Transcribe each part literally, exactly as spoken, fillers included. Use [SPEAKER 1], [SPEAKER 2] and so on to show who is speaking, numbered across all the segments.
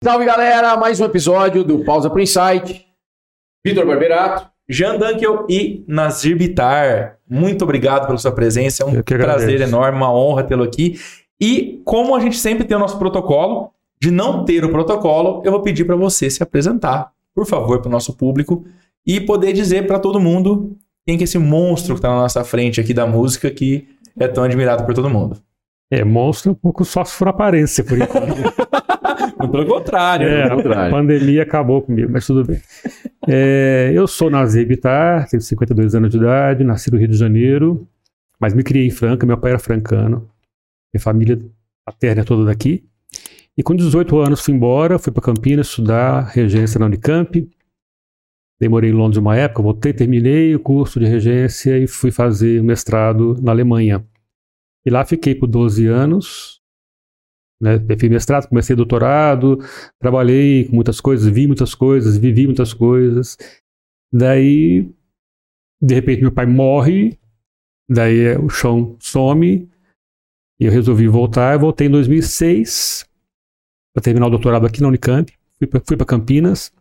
[SPEAKER 1] Salve, galera! Mais um episódio do Pausa pro Insight. Vitor Barberato,
[SPEAKER 2] Jean Dunkel e Nazir Bittar. Muito obrigado pela sua presença. É um prazer
[SPEAKER 3] agradeço.
[SPEAKER 2] enorme, uma honra tê-lo aqui. E como a gente sempre tem o nosso protocolo, de não ter o protocolo, eu vou pedir para você se apresentar, por favor, para o nosso público e poder dizer para todo mundo quem que é esse monstro que está na nossa frente aqui da música que é tão admirado por todo mundo.
[SPEAKER 3] É, monstro um pouco só se for aparência, por enquanto.
[SPEAKER 2] Pelo contrário.
[SPEAKER 3] É,
[SPEAKER 2] pelo contrário.
[SPEAKER 3] A pandemia acabou comigo, mas tudo bem. É, eu sou Nazir Bittar, tenho cinquenta e dois anos de idade, nasci no Rio de Janeiro, mas me criei em Franca, meu pai era francano, minha família paterna é toda daqui. E com dezoito anos fui embora, fui para Campinas estudar regência na Unicamp. Demorei em Londres uma época, voltei, terminei o curso de regência e fui fazer mestrado na Alemanha. E lá fiquei por doze anos, né? Fiz mestrado, comecei doutorado, trabalhei com muitas coisas, vi muitas coisas, vivi muitas coisas. Daí, de repente, meu pai morre, daí o chão some, e eu resolvi voltar. Eu voltei em dois mil e seis para terminar o doutorado aqui na Unicamp, fui para Campinas.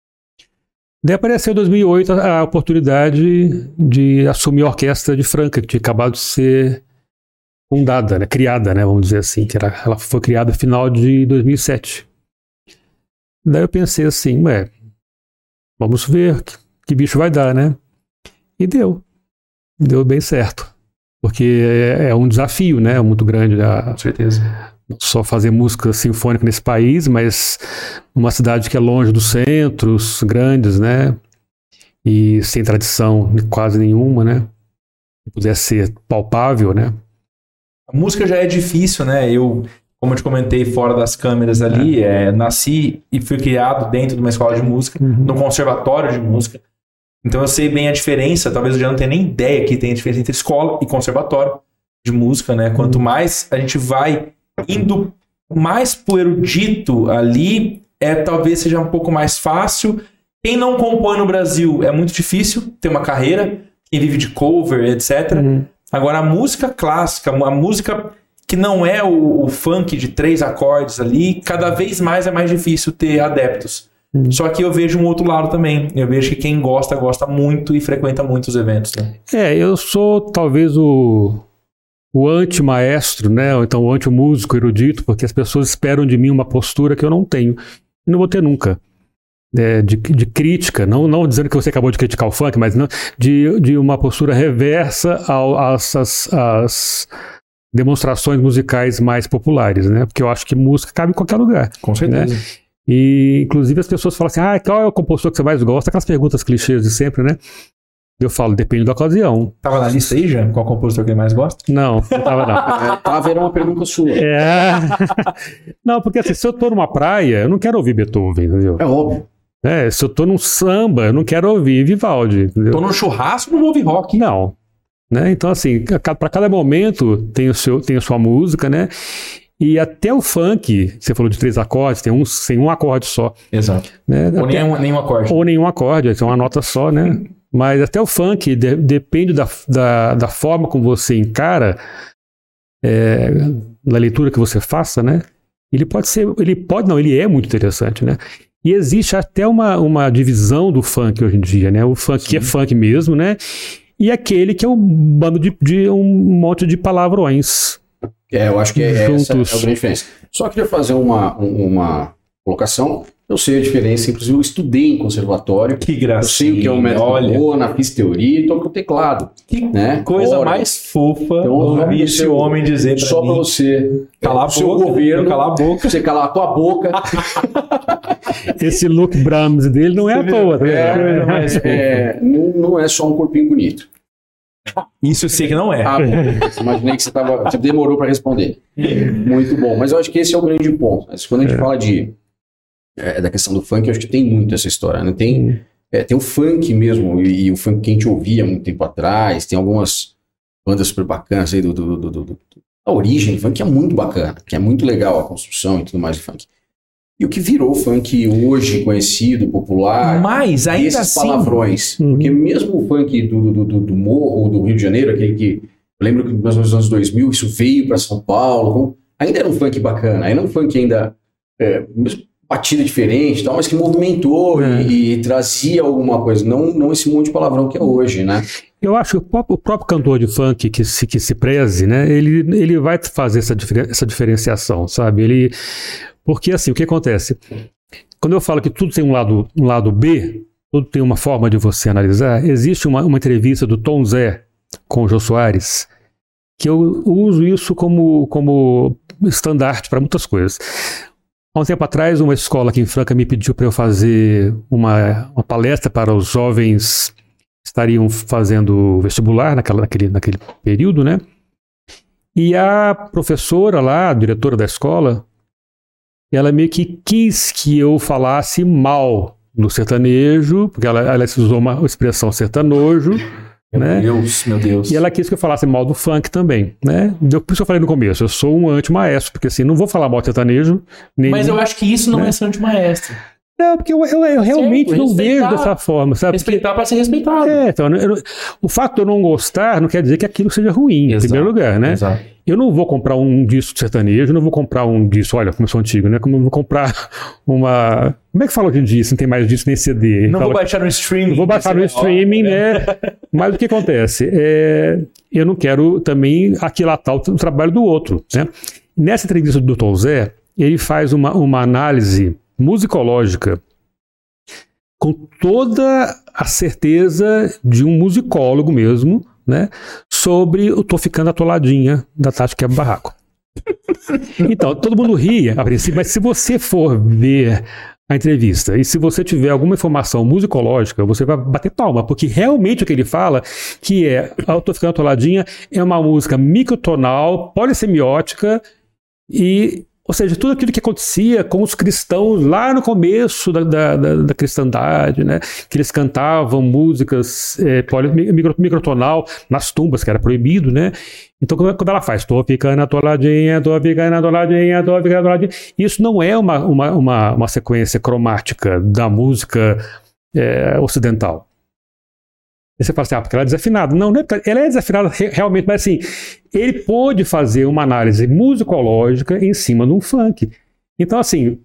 [SPEAKER 3] Daí apareceu em dois mil e oito a, a oportunidade de assumir a Orquestra de Franca, que tinha acabado de ser fundada, né, criada, né, vamos dizer assim, que era, ela foi criada no final de dois mil e sete. Daí eu pensei assim, ué, vamos ver que, que bicho vai dar, né? E deu. Deu bem certo. Porque é, é um desafio, né, muito grande. A,
[SPEAKER 2] Com certeza.
[SPEAKER 3] Não só fazer música sinfônica nesse país, mas numa cidade que é longe dos centros grandes, né? E sem tradição quase nenhuma, né? Que pudesse ser palpável, né?
[SPEAKER 2] A música já é difícil, né? Eu, como eu te comentei fora das câmeras ali, é. É, nasci e fui criado dentro de uma escola de música,
[SPEAKER 3] Uhum.
[SPEAKER 2] no conservatório de música. Então eu sei bem a diferença, talvez eu já não tenha nem ideia que tem a diferença entre escola e conservatório de música, né? Quanto
[SPEAKER 3] Uhum.
[SPEAKER 2] mais a gente vai indo mais pro erudito ali, é, talvez seja um pouco mais fácil. Quem não compõe no Brasil é muito difícil ter uma carreira, quem vive de cover, etcétera.
[SPEAKER 3] Uhum.
[SPEAKER 2] Agora, a música clássica, a música que não é o, o funk de três acordes ali, cada vez mais é mais difícil ter adeptos.
[SPEAKER 3] Uhum.
[SPEAKER 2] Só que eu vejo um outro lado também. Eu vejo que quem gosta, gosta muito e frequenta muito os eventos. Né?
[SPEAKER 3] É, eu sou talvez o, o anti-maestro, né? Ou então o anti-músico erudito, porque as pessoas esperam de mim uma postura que eu não tenho. E não vou ter nunca. É, de, de crítica, não, não dizendo que você acabou de criticar o funk, mas não, de, de uma postura reversa ao, às, às, às demonstrações musicais mais populares, né? Porque eu acho que música cabe em qualquer lugar.
[SPEAKER 2] Com certeza.
[SPEAKER 3] Né? E, inclusive, as pessoas falam assim, ah, qual é o compositor que você mais gosta? Aquelas perguntas clichês de sempre, né? Eu falo, depende da ocasião.
[SPEAKER 2] Tava na lista aí, Jean? Qual compositor que ele mais gosta?
[SPEAKER 3] Não, não tava não.
[SPEAKER 1] é, tava era uma pergunta sua.
[SPEAKER 3] É... Não, porque assim, se eu tô numa praia, eu não quero ouvir Beethoven, entendeu?
[SPEAKER 1] É óbvio.
[SPEAKER 3] É, se eu tô num samba, eu não quero ouvir Vivaldi, entendeu?
[SPEAKER 2] Tô num churrasco, não vou ouvir rock.
[SPEAKER 3] Não. Né? Então, assim, para cada momento tem, o seu, tem a sua música, né? E até o funk, você falou de três acordes, tem um, tem um acorde só.
[SPEAKER 2] Exato.
[SPEAKER 3] Né?
[SPEAKER 2] Ou
[SPEAKER 3] Até,
[SPEAKER 2] nenhum, nenhum acorde.
[SPEAKER 3] ou nenhum acorde, é uma nota só, né? Mas até o funk, de, depende da, da, da forma como você encara, é, da leitura que você faça, né? Ele pode ser, ele pode, não, ele é muito interessante, né? E existe até uma, uma divisão do funk hoje em dia, né? O funk Sim. que é funk mesmo, né? E aquele que é um bando de, de um monte de palavrões.
[SPEAKER 1] É, eu acho que é,
[SPEAKER 3] juntos.
[SPEAKER 1] essa é a grande diferença. Só queria fazer uma, uma colocação. Eu sei a diferença, inclusive eu estudei em conservatório.
[SPEAKER 2] Que gracinha.
[SPEAKER 1] Eu sei o que é um metafona, fiz teoria e toco o teclado.
[SPEAKER 2] Que
[SPEAKER 1] né?
[SPEAKER 2] coisa
[SPEAKER 1] Ora,
[SPEAKER 2] mais fofa
[SPEAKER 1] então,
[SPEAKER 2] ouvir esse
[SPEAKER 1] seu,
[SPEAKER 2] homem dizer pra
[SPEAKER 1] só
[SPEAKER 2] mim.
[SPEAKER 1] Só para você
[SPEAKER 2] calar a
[SPEAKER 1] seu
[SPEAKER 2] boca,
[SPEAKER 1] governo,
[SPEAKER 2] calar a boca.
[SPEAKER 1] Você calar a tua boca.
[SPEAKER 3] Esse look Brahms dele não é à toa. Tá
[SPEAKER 1] é, mas, é, não, não é só um corpinho bonito.
[SPEAKER 2] Isso eu sei que não é.
[SPEAKER 1] Ah, bom, imaginei que você, tava, você demorou para responder. Muito bom. Mas eu acho que esse é o grande ponto. Mas quando a gente é. fala de, é, da questão do funk, eu acho que tem muito essa história. Né? Tem, é, tem o funk mesmo, e, e o funk que a gente ouvia muito tempo atrás. Tem algumas bandas super bacanas aí do, do, do, do, do, a origem do funk, que é muito bacana, que é muito legal a construção e tudo mais do funk. E o que virou funk hoje, conhecido, popular,
[SPEAKER 2] mas ainda
[SPEAKER 1] esses
[SPEAKER 2] assim,
[SPEAKER 1] palavrões.
[SPEAKER 3] Uhum.
[SPEAKER 1] Porque mesmo o funk do, do, do, do Morro, do Rio de Janeiro, aquele que eu lembro que nos anos dois mil isso veio para São Paulo, ainda era um funk bacana, ainda era um funk ainda, é, batida diferente, tal, mas que movimentou
[SPEAKER 3] É.
[SPEAKER 1] e, e trazia alguma coisa, não, não esse monte de palavrão que é hoje, né?
[SPEAKER 3] Eu acho que o próprio, o próprio cantor de funk que se, que se preze, né? Ele, ele vai fazer essa, diferen- essa diferenciação, sabe? Ele, porque assim, o que acontece? Quando eu falo que tudo tem um lado, um lado B, tudo tem uma forma de você analisar, existe uma, uma entrevista do Tom Zé com o Jô Soares, que eu uso isso como, como estandarte para muitas coisas. Há um tempo atrás, uma escola aqui em Franca me pediu para eu fazer uma, uma palestra para os jovens que estariam fazendo vestibular naquela, naquele, naquele período, né? E a professora lá, a diretora da escola, ela meio que quis que eu falasse mal do sertanejo, porque ela, ela usou uma expressão sertanojo,
[SPEAKER 2] Meu
[SPEAKER 3] né?
[SPEAKER 2] Deus, meu Deus.
[SPEAKER 3] E ela quis que eu falasse mal do funk também, né? Eu, por isso eu falei no começo, eu sou um anti-maestro, porque assim, não vou falar mal do sertanejo. Nem,
[SPEAKER 2] Mas eu acho que isso não
[SPEAKER 3] né?
[SPEAKER 2] é ser anti-maestro.
[SPEAKER 3] Não, porque eu, eu, eu realmente
[SPEAKER 2] Certo,
[SPEAKER 3] não vejo
[SPEAKER 2] respeitar.
[SPEAKER 3] dessa forma, sabe?
[SPEAKER 2] Respeitar para ser respeitado.
[SPEAKER 3] Porque, é, então, eu não- o fato de eu não gostar não quer dizer que aquilo seja ruim, em
[SPEAKER 2] Exato,
[SPEAKER 3] primeiro lugar, né?
[SPEAKER 2] Exato.
[SPEAKER 3] Eu não vou comprar um disco de sertanejo, não vou comprar um disco, olha, como eu sou antigo, né? Como eu vou comprar uma... Como é que fala hoje em dia, se não tem mais disco nem C D?
[SPEAKER 2] Não
[SPEAKER 3] Fala-
[SPEAKER 2] vou baixar no streaming.
[SPEAKER 3] Vou baixar no
[SPEAKER 2] Esse é
[SPEAKER 3] streaming,
[SPEAKER 2] ótimo,
[SPEAKER 3] né? Mas o que acontece? É, eu não quero também aquilatar o, o trabalho do outro, né? Nessa entrevista do Tom Zé, ele faz uma, uma análise musicológica com toda a certeza de um musicólogo mesmo, né? Sobre o Tô Ficando Atoladinha da Tati Quebra-Barraco. Então, todo mundo ria a princípio, mas se você for ver a entrevista e se você tiver alguma informação musicológica, você vai bater palma, porque realmente o que ele fala, que é Eu Tô Ficando Atoladinha, é uma música microtonal, polissemiótica e, ou seja, tudo aquilo que acontecia com os cristãos lá no começo da, da, da, da cristandade, né? Que eles cantavam músicas é, poli, micro, microtonal nas tumbas, que era proibido, né? Então, quando ela faz, tô ficando atoladinha, tô ficando atoladinha, tô ficando atoladinha, isso não é uma, uma, uma, uma sequência cromática da música é, ocidental. E você fala assim, ah, porque ela é desafinada. Não, não é, ela é desafinada re- realmente, mas assim, ele pôde fazer uma análise musicológica em cima de um funk. Então, assim,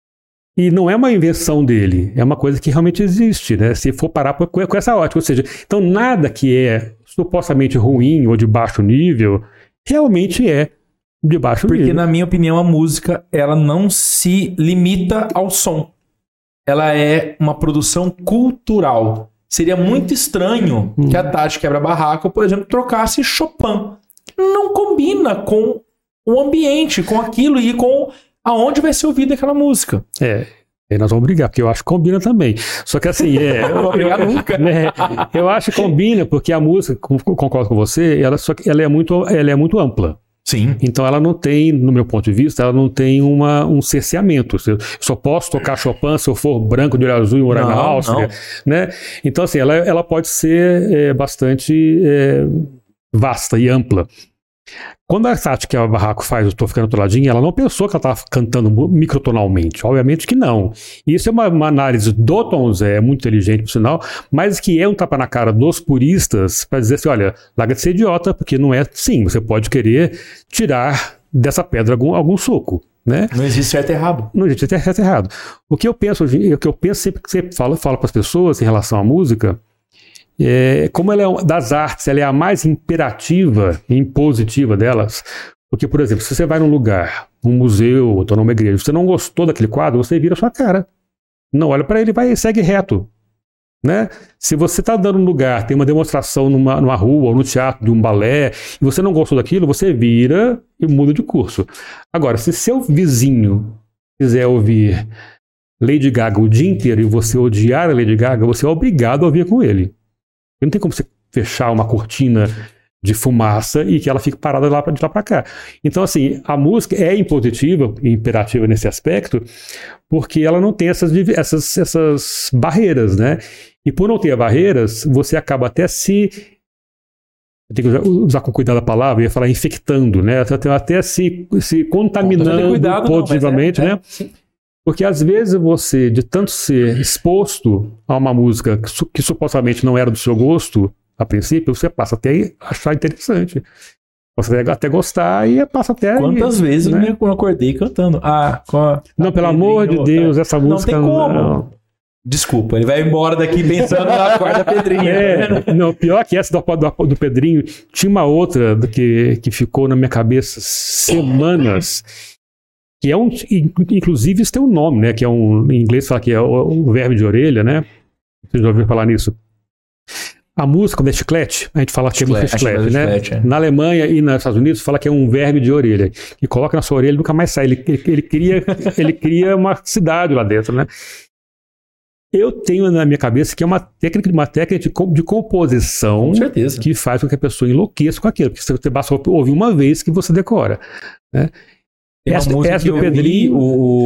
[SPEAKER 3] e não é uma invenção dele, é uma coisa que realmente existe, né? Se for parar com, com essa ótica. Ou seja, então nada que é supostamente ruim ou de baixo nível, realmente é de baixo
[SPEAKER 2] Porque,
[SPEAKER 3] nível.
[SPEAKER 2] na minha opinião, a música, ela não se limita ao som. Ela é uma produção cultural. Seria muito estranho
[SPEAKER 3] Hum.
[SPEAKER 2] que a Tati Quebra-Barraco, por exemplo, trocasse Chopin. Não combina com o ambiente, com aquilo e com aonde vai ser ouvida aquela música.
[SPEAKER 3] É, aí nós vamos brigar, porque eu acho que combina também. Só que assim, é,
[SPEAKER 2] Eu não vou brigar nunca.
[SPEAKER 3] né, eu acho que combina, porque a música, com- concordo com você, ela, só que ela, é muito, ela é muito ampla.
[SPEAKER 2] Sim.
[SPEAKER 3] Então ela não tem, no meu ponto de vista, ela não tem uma, um cerceamento. Eu só posso tocar Chopin se eu for branco de olho azul e morar na
[SPEAKER 2] Não,
[SPEAKER 3] Áustria,
[SPEAKER 2] não.
[SPEAKER 3] né? Então assim, ela, ela pode ser é, bastante é, vasta e ampla. Quando a Tati Quebra-Barraco faz o Tô Ficando Atoladinha, ela não pensou que ela estava cantando mu- microtonalmente. Obviamente que não. Isso é uma, uma análise do Tom Zé, muito inteligente, por sinal, mas que é um tapa na cara dos puristas para dizer assim, olha, larga de ser idiota, porque não é assim. Você pode querer tirar dessa pedra algum, algum suco, né?
[SPEAKER 2] Não existe certo e errado.
[SPEAKER 3] Não, gente, é certo e errado. O que eu penso, hoje- o que eu penso sempre que você fala, fala para as pessoas em relação à música, é, como ela é uma- das artes, ela é a mais imperativa e impositiva delas. Porque, por exemplo, se você vai num lugar, num museu, ou numa igreja, você não gostou daquele quadro, você vira a sua cara. Não olha para ele, vai e segue reto. Né? Se você está dando um lugar, tem uma demonstração numa, numa rua ou no teatro de um balé, e você não gostou daquilo, você vira e muda de curso. Agora, se seu vizinho quiser ouvir Lady Gaga o dia inteiro e você odiar a Lady Gaga, você é obrigado a ouvir com ele. Não tem como você fechar uma cortina de fumaça e que ela fique parada lá pra- de lá para cá. Então, assim, a música é impositiva e imperativa nesse aspecto, porque ela não tem essas, divi- essas, essas barreiras, né? E por não ter barreiras, você acaba até se... Eu tenho que usar, usar com cuidado a palavra, eu ia falar infectando, né? Até, até se, se contaminando
[SPEAKER 2] Cuidado, não, mas
[SPEAKER 3] positivamente,
[SPEAKER 2] é- é-
[SPEAKER 3] né? Porque às vezes você, de tanto ser exposto a uma música que, su- que supostamente não era do seu gosto, a princípio, você passa até a achar interessante. Você até gostar e passa até...
[SPEAKER 2] Quantas
[SPEAKER 3] aí,
[SPEAKER 2] vezes
[SPEAKER 3] né?
[SPEAKER 2] eu acordei cantando? Ah, com a,
[SPEAKER 3] Não, pelo amor de Deus, essa música...
[SPEAKER 2] Não tem como.
[SPEAKER 3] Não.
[SPEAKER 2] Desculpa, ele vai embora daqui pensando na quarta Pedrinho.
[SPEAKER 3] É, não, pior que essa do, do, do Pedrinho, tinha uma outra do que, que ficou na minha cabeça semanas, que é um... Inclusive isso tem um nome, né? Que é um... Em inglês fala que é o, o verme de orelha, né? Vocês já ouviram falar nisso? A música da chiclete, a gente fala que é música chiclete, né? Chiclete, é. Na Alemanha e nos Estados Unidos fala que é um verme de orelha. E coloca na sua orelha e nunca mais sai. Ele, ele, ele, cria, ele cria uma cidade lá dentro, né? Eu tenho na minha cabeça que é uma técnica, uma técnica de, de composição
[SPEAKER 2] com certeza.
[SPEAKER 3] Que faz com que a pessoa enlouqueça com aquilo. Porque você basta ouvir uma vez que você decora, né?
[SPEAKER 2] Tem
[SPEAKER 3] essa,
[SPEAKER 2] uma música
[SPEAKER 3] essa
[SPEAKER 2] que
[SPEAKER 3] do
[SPEAKER 2] eu
[SPEAKER 3] Pedrinho...
[SPEAKER 2] vi,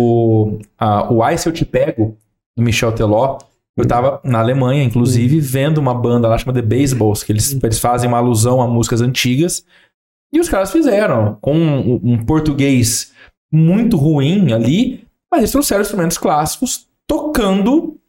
[SPEAKER 2] o, a, o Ai Se Eu Te Pego, do Michel Teló. Eu tava na Alemanha, inclusive, vendo uma banda lá chamada The Baseballs, que eles, eles fazem uma alusão a músicas antigas. E os caras fizeram, com um, um português muito ruim ali, mas eles trouxeram instrumentos clássicos tocando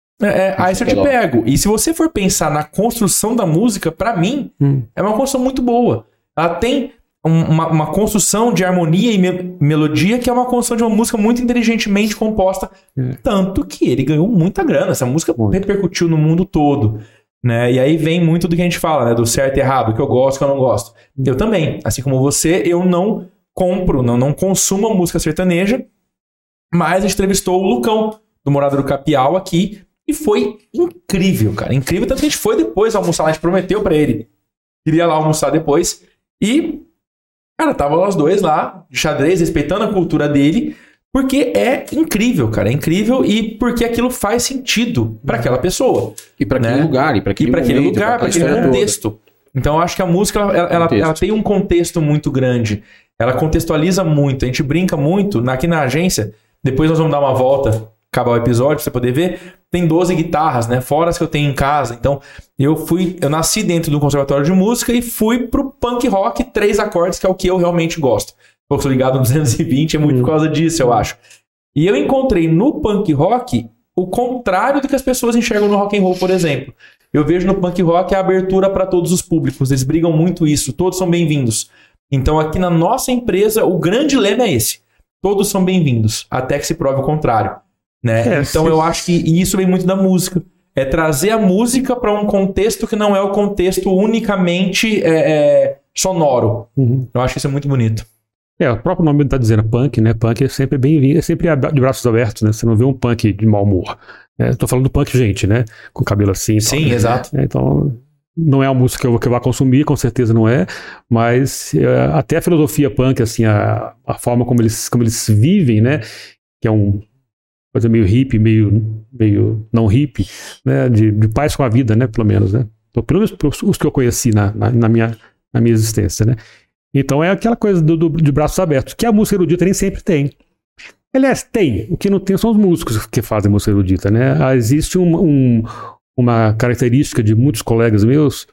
[SPEAKER 2] é, Ai Se Eu Te Pego. E se você for pensar na construção da música, pra mim, hum. é uma construção muito boa. Ela tem uma, uma construção de harmonia e me melodia que é uma construção de uma música muito inteligentemente composta, é. Tanto que ele ganhou muita grana. Essa música muito. repercutiu no mundo todo, né? E aí vem muito do que a gente fala, né? Do certo e errado, o que eu gosto, o que eu não gosto. Hum. Eu também, assim como você, eu não compro, não, não consumo música sertaneja, mas a gente entrevistou o Lucão, do Morada do Capial, aqui, e foi incrível, cara, incrível, tanto que a gente foi depois almoçar lá, a gente prometeu pra ele, iria lá almoçar depois, e cara, tava os dois lá, de xadrez, respeitando a cultura dele, porque é incrível, cara, é incrível e porque aquilo faz sentido pra aquela pessoa.
[SPEAKER 1] E pra aquele
[SPEAKER 2] né?
[SPEAKER 1] lugar, e pra aquele,
[SPEAKER 2] e pra aquele
[SPEAKER 1] momento,
[SPEAKER 2] lugar, pra aquele contexto. Toda. Então eu acho que a música, ela, ela, ela tem um contexto muito grande, ela contextualiza muito, a gente brinca muito, aqui na agência, depois nós vamos dar uma volta, acabar o episódio, pra você poder ver, tem doze guitarras, né, fora as que eu tenho em casa, então eu fui, eu nasci dentro do conservatório de música e fui pro punk rock, três acordes, que é o que eu realmente gosto. Eu sou ligado no duzentos e vinte, é muito por causa disso, eu acho. E eu encontrei no punk rock o contrário do que as pessoas enxergam no rock and roll, por exemplo. Eu vejo no punk rock a abertura para todos os públicos, eles brigam muito isso, todos são bem-vindos. Então aqui na nossa empresa, o grande lema é esse, todos são bem-vindos, até que se prove o contrário. Né? É, então sim. Eu acho que isso vem muito da música. É trazer a música para um contexto que não é o contexto unicamente é, é, sonoro. Uhum. Eu acho que isso é muito bonito.
[SPEAKER 3] É, o próprio nome está dizendo punk, né? Punk é sempre bem-vindo, é sempre de braços abertos, né? Você não vê um punk de mau humor. Estou falando do punk gente, né? Com cabelo assim.
[SPEAKER 2] Sim,
[SPEAKER 3] tal,
[SPEAKER 2] exato.
[SPEAKER 3] Né? Então, não é uma música que eu, que eu vá consumir, com certeza não é, mas é, até a filosofia punk, assim, a, a forma como eles, como eles vivem, né? Que é um coisa meio hippie, meio, meio não hippie, né? De, de paz com a vida, né? Pelo menos, né? Então, pelo menos os que eu conheci na, na, na, minha, na minha existência, né? Então é aquela coisa do, do, de braços abertos, que a música erudita nem sempre tem. Aliás, tem. O que não tem são os músicos que fazem música erudita, né? Existe um, um, uma característica de muitos colegas meus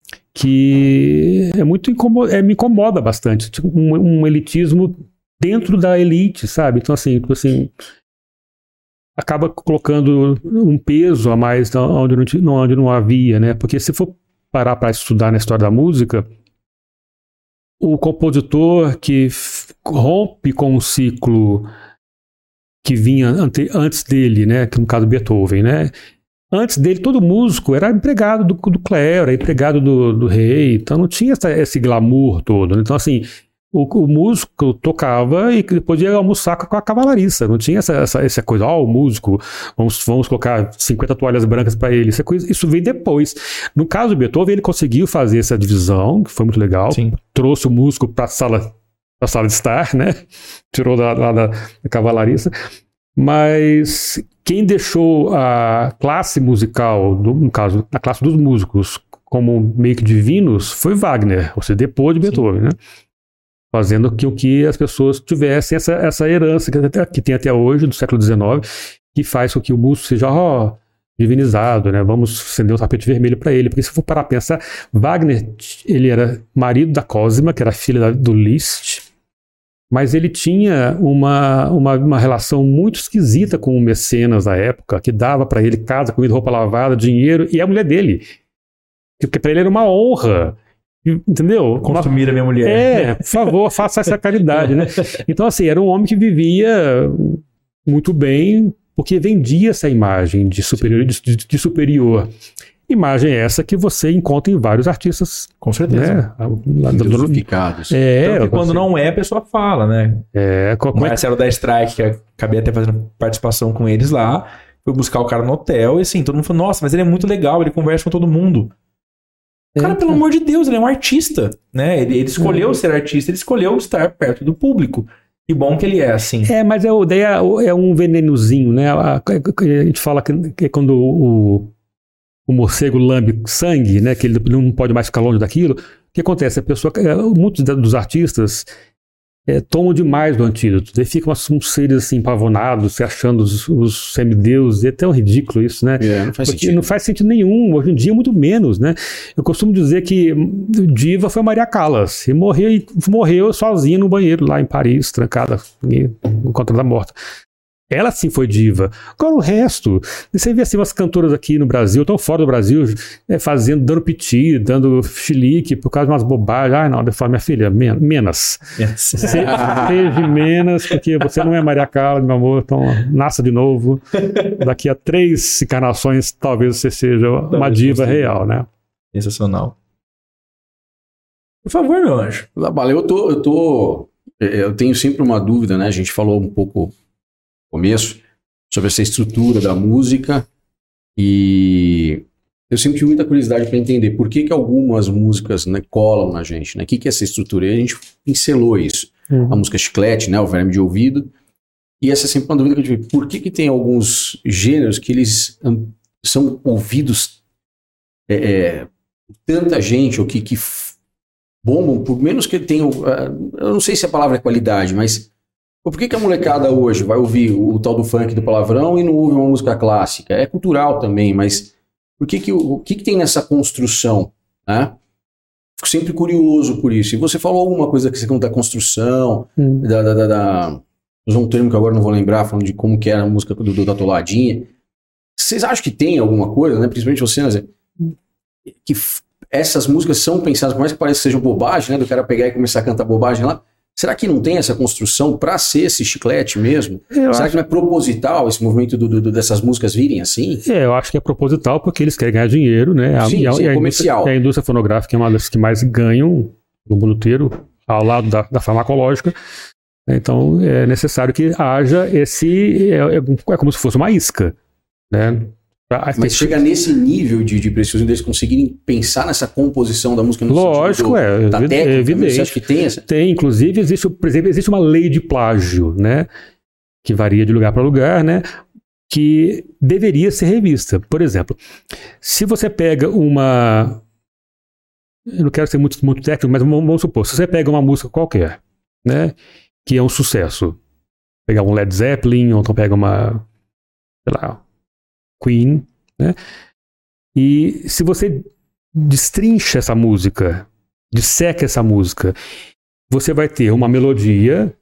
[SPEAKER 3] que é muito incomoda, é, me incomoda bastante. Tipo, um, um elitismo dentro da elite, sabe? Então, assim, tipo assim, acaba colocando um peso a mais onde não, onde não havia, né? Porque se for parar para estudar na história da música, o compositor que rompe com um ciclo que vinha ante, antes dele, né, que no caso Beethoven, né, antes dele todo músico era empregado do, do clero, era empregado do, do rei, então não tinha essa, esse glamour todo, né? Então assim, o, o músico tocava e podia almoçar com a cavalariça, não tinha essa, essa, essa coisa, ó, oh, o músico, vamos, vamos colocar cinquenta toalhas brancas para ele, essa coisa, isso vem depois. No caso do Beethoven, ele conseguiu fazer essa divisão, que foi muito legal, Sim. trouxe o músico para a sala, pra sala de estar, né, tirou da, da, da, da cavalariça, mas quem deixou a classe musical, do, no caso, a classe dos músicos, como meio que divinos, foi Wagner, ou seja, depois de Beethoven, Sim. né? Fazendo que, que as pessoas tivessem essa, essa herança que, até, que tem até hoje, do século dezenove, que faz com que o músico seja ó, divinizado, né? Vamos acender um tapete vermelho para ele. Porque se for parar a pensar, Wagner, ele era marido da Cosima, que era filha da, do Liszt, mas ele tinha uma, uma, uma relação muito esquisita com o mecenas da época, que dava para ele casa, comida, roupa lavada, dinheiro, e a mulher dele. Porque para ele era uma honra entendeu?
[SPEAKER 2] Consumir a minha mulher.
[SPEAKER 3] É, por favor, faça essa caridade, né? Então, assim, era um homem que vivia muito bem, porque vendia essa imagem de superior, de, de, de superior. Imagem essa que você encontra em vários artistas.
[SPEAKER 2] Com certeza.
[SPEAKER 3] Né?
[SPEAKER 1] Diversificados.
[SPEAKER 3] É,
[SPEAKER 2] então, quando não é, a pessoa fala, né?
[SPEAKER 3] É,
[SPEAKER 2] o Marcelo da Strike, que acabei até fazendo participação com eles lá, foi buscar o cara no hotel e assim, todo mundo falou, nossa, mas ele é muito legal, ele conversa com todo mundo. O cara, é, pelo é. amor de Deus, ele é um artista, né? Ele, ele escolheu é. ser artista, ele escolheu estar perto do público. Que bom que ele é assim. É, mas é, daí é, é um venenozinho, né? A, a, a gente fala que, que quando o o morcego lambe sangue, né, que ele não pode mais ficar longe daquilo, o que acontece? A pessoa, muitos dos artistas é, tomam demais do antídoto, daí ficam uns seres assim, pavonados, se achando os, os semideuses, é tão ridículo isso, né?
[SPEAKER 1] É, não faz
[SPEAKER 3] Porque
[SPEAKER 1] sentido.
[SPEAKER 3] Não faz sentido nenhum, hoje em dia muito menos, né? Eu costumo dizer que diva foi Maria Callas, e morreu, e morreu sozinha no banheiro lá em Paris, trancada, encontrada morta. Ela sim foi diva. Agora o resto, você vê assim umas cantoras aqui no Brasil, tão fora do Brasil, é, fazendo, dando piti, dando chilique por causa de umas bobagens. Ai não, eu falo, minha filha, men menos. Yes. Se, seja menos, porque você não é Maria Callas, meu amor, então nasça de novo. Daqui a três encarnações, talvez você seja uma diva real, né?
[SPEAKER 2] Sensacional. Por favor, meu anjo.
[SPEAKER 1] Valeu, eu tô, eu tô, eu tenho sempre uma dúvida, né? A gente falou um pouco começo, sobre essa estrutura da música, e eu sempre tive muita curiosidade para entender por que que algumas músicas, né, colam na gente, né? O que que é essa estrutura? E a gente pincelou isso. Uhum. A música chiclete, né, o verme de ouvido, e essa é sempre uma dúvida que eu tive. Por que que tem alguns gêneros que eles um, são ouvidos é, é, tanta gente, ou que, que bombam, por menos que tenham, uh, eu não sei se a palavra é qualidade, mas por que que a molecada hoje vai ouvir o, o tal do funk do palavrão e não ouve uma música clássica? É cultural também, mas por que que, o que que tem nessa construção, né? Fico sempre curioso por isso. E você falou alguma coisa que você conta da construção, hum. da, da, da, da... usou um termo que agora não vou lembrar, falando de como que era a música do, do, da Toladinha. Vocês acham que tem alguma coisa, né? Principalmente você, né? Que essas músicas são pensadas, por mais que pareça que seja bobagem, né? Do cara pegar e começar a cantar bobagem lá. Será que não tem essa construção para ser esse chiclete mesmo? Eu Será acho... que não é proposital esse movimento do, do, dessas músicas virem assim?
[SPEAKER 3] É, eu acho que é proposital porque eles querem ganhar dinheiro, né? A,
[SPEAKER 1] sim,
[SPEAKER 3] e a,
[SPEAKER 1] sim,
[SPEAKER 3] e a
[SPEAKER 1] comercial.
[SPEAKER 3] Indústria, a indústria fonográfica é uma das que mais ganham no mundo inteiro, ao lado da, da farmacológica. Então é necessário que haja esse... É, é como se fosse uma isca, né?
[SPEAKER 1] Mas chega nesse nível de, de preciosismo deles conseguirem pensar nessa composição da música no
[SPEAKER 3] Lógico,
[SPEAKER 1] do,
[SPEAKER 3] é.
[SPEAKER 1] Da técnica,
[SPEAKER 3] é evidente.
[SPEAKER 1] Você acha que tem essa?
[SPEAKER 3] Tem, inclusive, existe, por exemplo, existe uma lei de plágio, né? Que varia de lugar para lugar, né? Que deveria ser revista. Por exemplo, se você pega uma... Eu não quero ser muito, muito técnico, mas vamos, vamos supor, se você pega uma música qualquer, né? Que é um sucesso. Pegar um Led Zeppelin, ou então pega uma... sei lá... Queen, né? E se você destrincha essa música, disseca essa música, você vai ter uma melodia,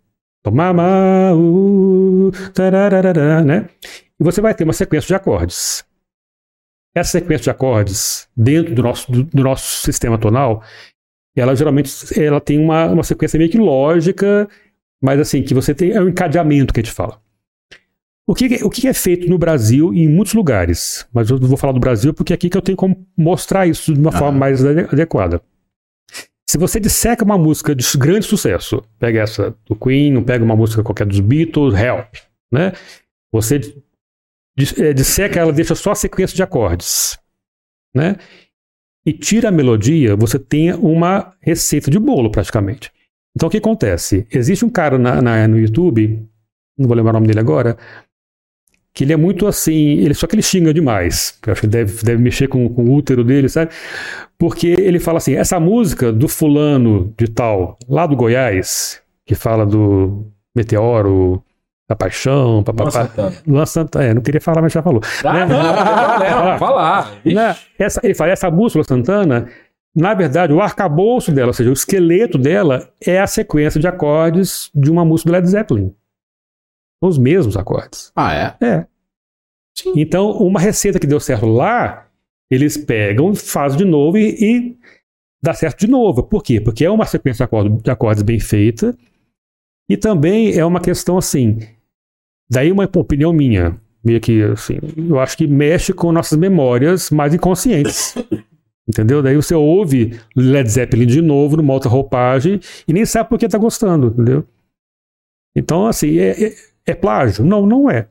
[SPEAKER 3] né? E você vai ter uma sequência de acordes. Essa sequência de acordes, dentro do nosso, do, do nosso sistema tonal, ela geralmente ela tem uma, uma sequência meio que lógica, mas assim, que você tem, é um encadeamento que a gente fala. O que, o que é feito no Brasil e em muitos lugares, mas eu vou falar do Brasil porque é aqui que eu tenho como mostrar isso de uma ah. forma mais adequada. Se você disseca uma música de grande sucesso, pega essa do Queen, não pega uma música qualquer dos Beatles, Help, né? Você disseca ela, deixa só a sequência de acordes, né? E tira a melodia, você tem uma receita de bolo praticamente. Então o que acontece? Existe um cara na, na, no YouTube, não vou lembrar o nome dele agora, que ele é muito assim, ele, só que ele xinga demais. Eu acho que ele deve, deve mexer com, com o útero dele, sabe? Porque ele fala assim, essa música do fulano de tal, lá do Goiás, que fala do meteoro, da paixão, papapá. Luan Santana. É, não queria falar, mas já falou.
[SPEAKER 2] Ah, né? Não, não, não, falar.
[SPEAKER 3] Né? Essa, ele fala, essa música, Luan Santana, na verdade, o arcabouço dela, ou seja, o esqueleto dela é a sequência de acordes de uma música do Led Zeppelin. São os mesmos acordes.
[SPEAKER 1] Ah, é?
[SPEAKER 3] É. Sim. Então, uma receita que deu certo lá, eles pegam, fazem de novo e, e dá certo de novo. Por quê? Porque é uma sequência de acordes, de acordes bem feita e também é uma questão assim, daí uma opinião minha, meio que assim, eu acho que mexe com nossas memórias mais inconscientes. Entendeu? Daí você ouve Led Zeppelin de novo numa outra roupagem e nem sabe por que tá gostando, entendeu? Então, assim, é, é, é plágio? Não, não é.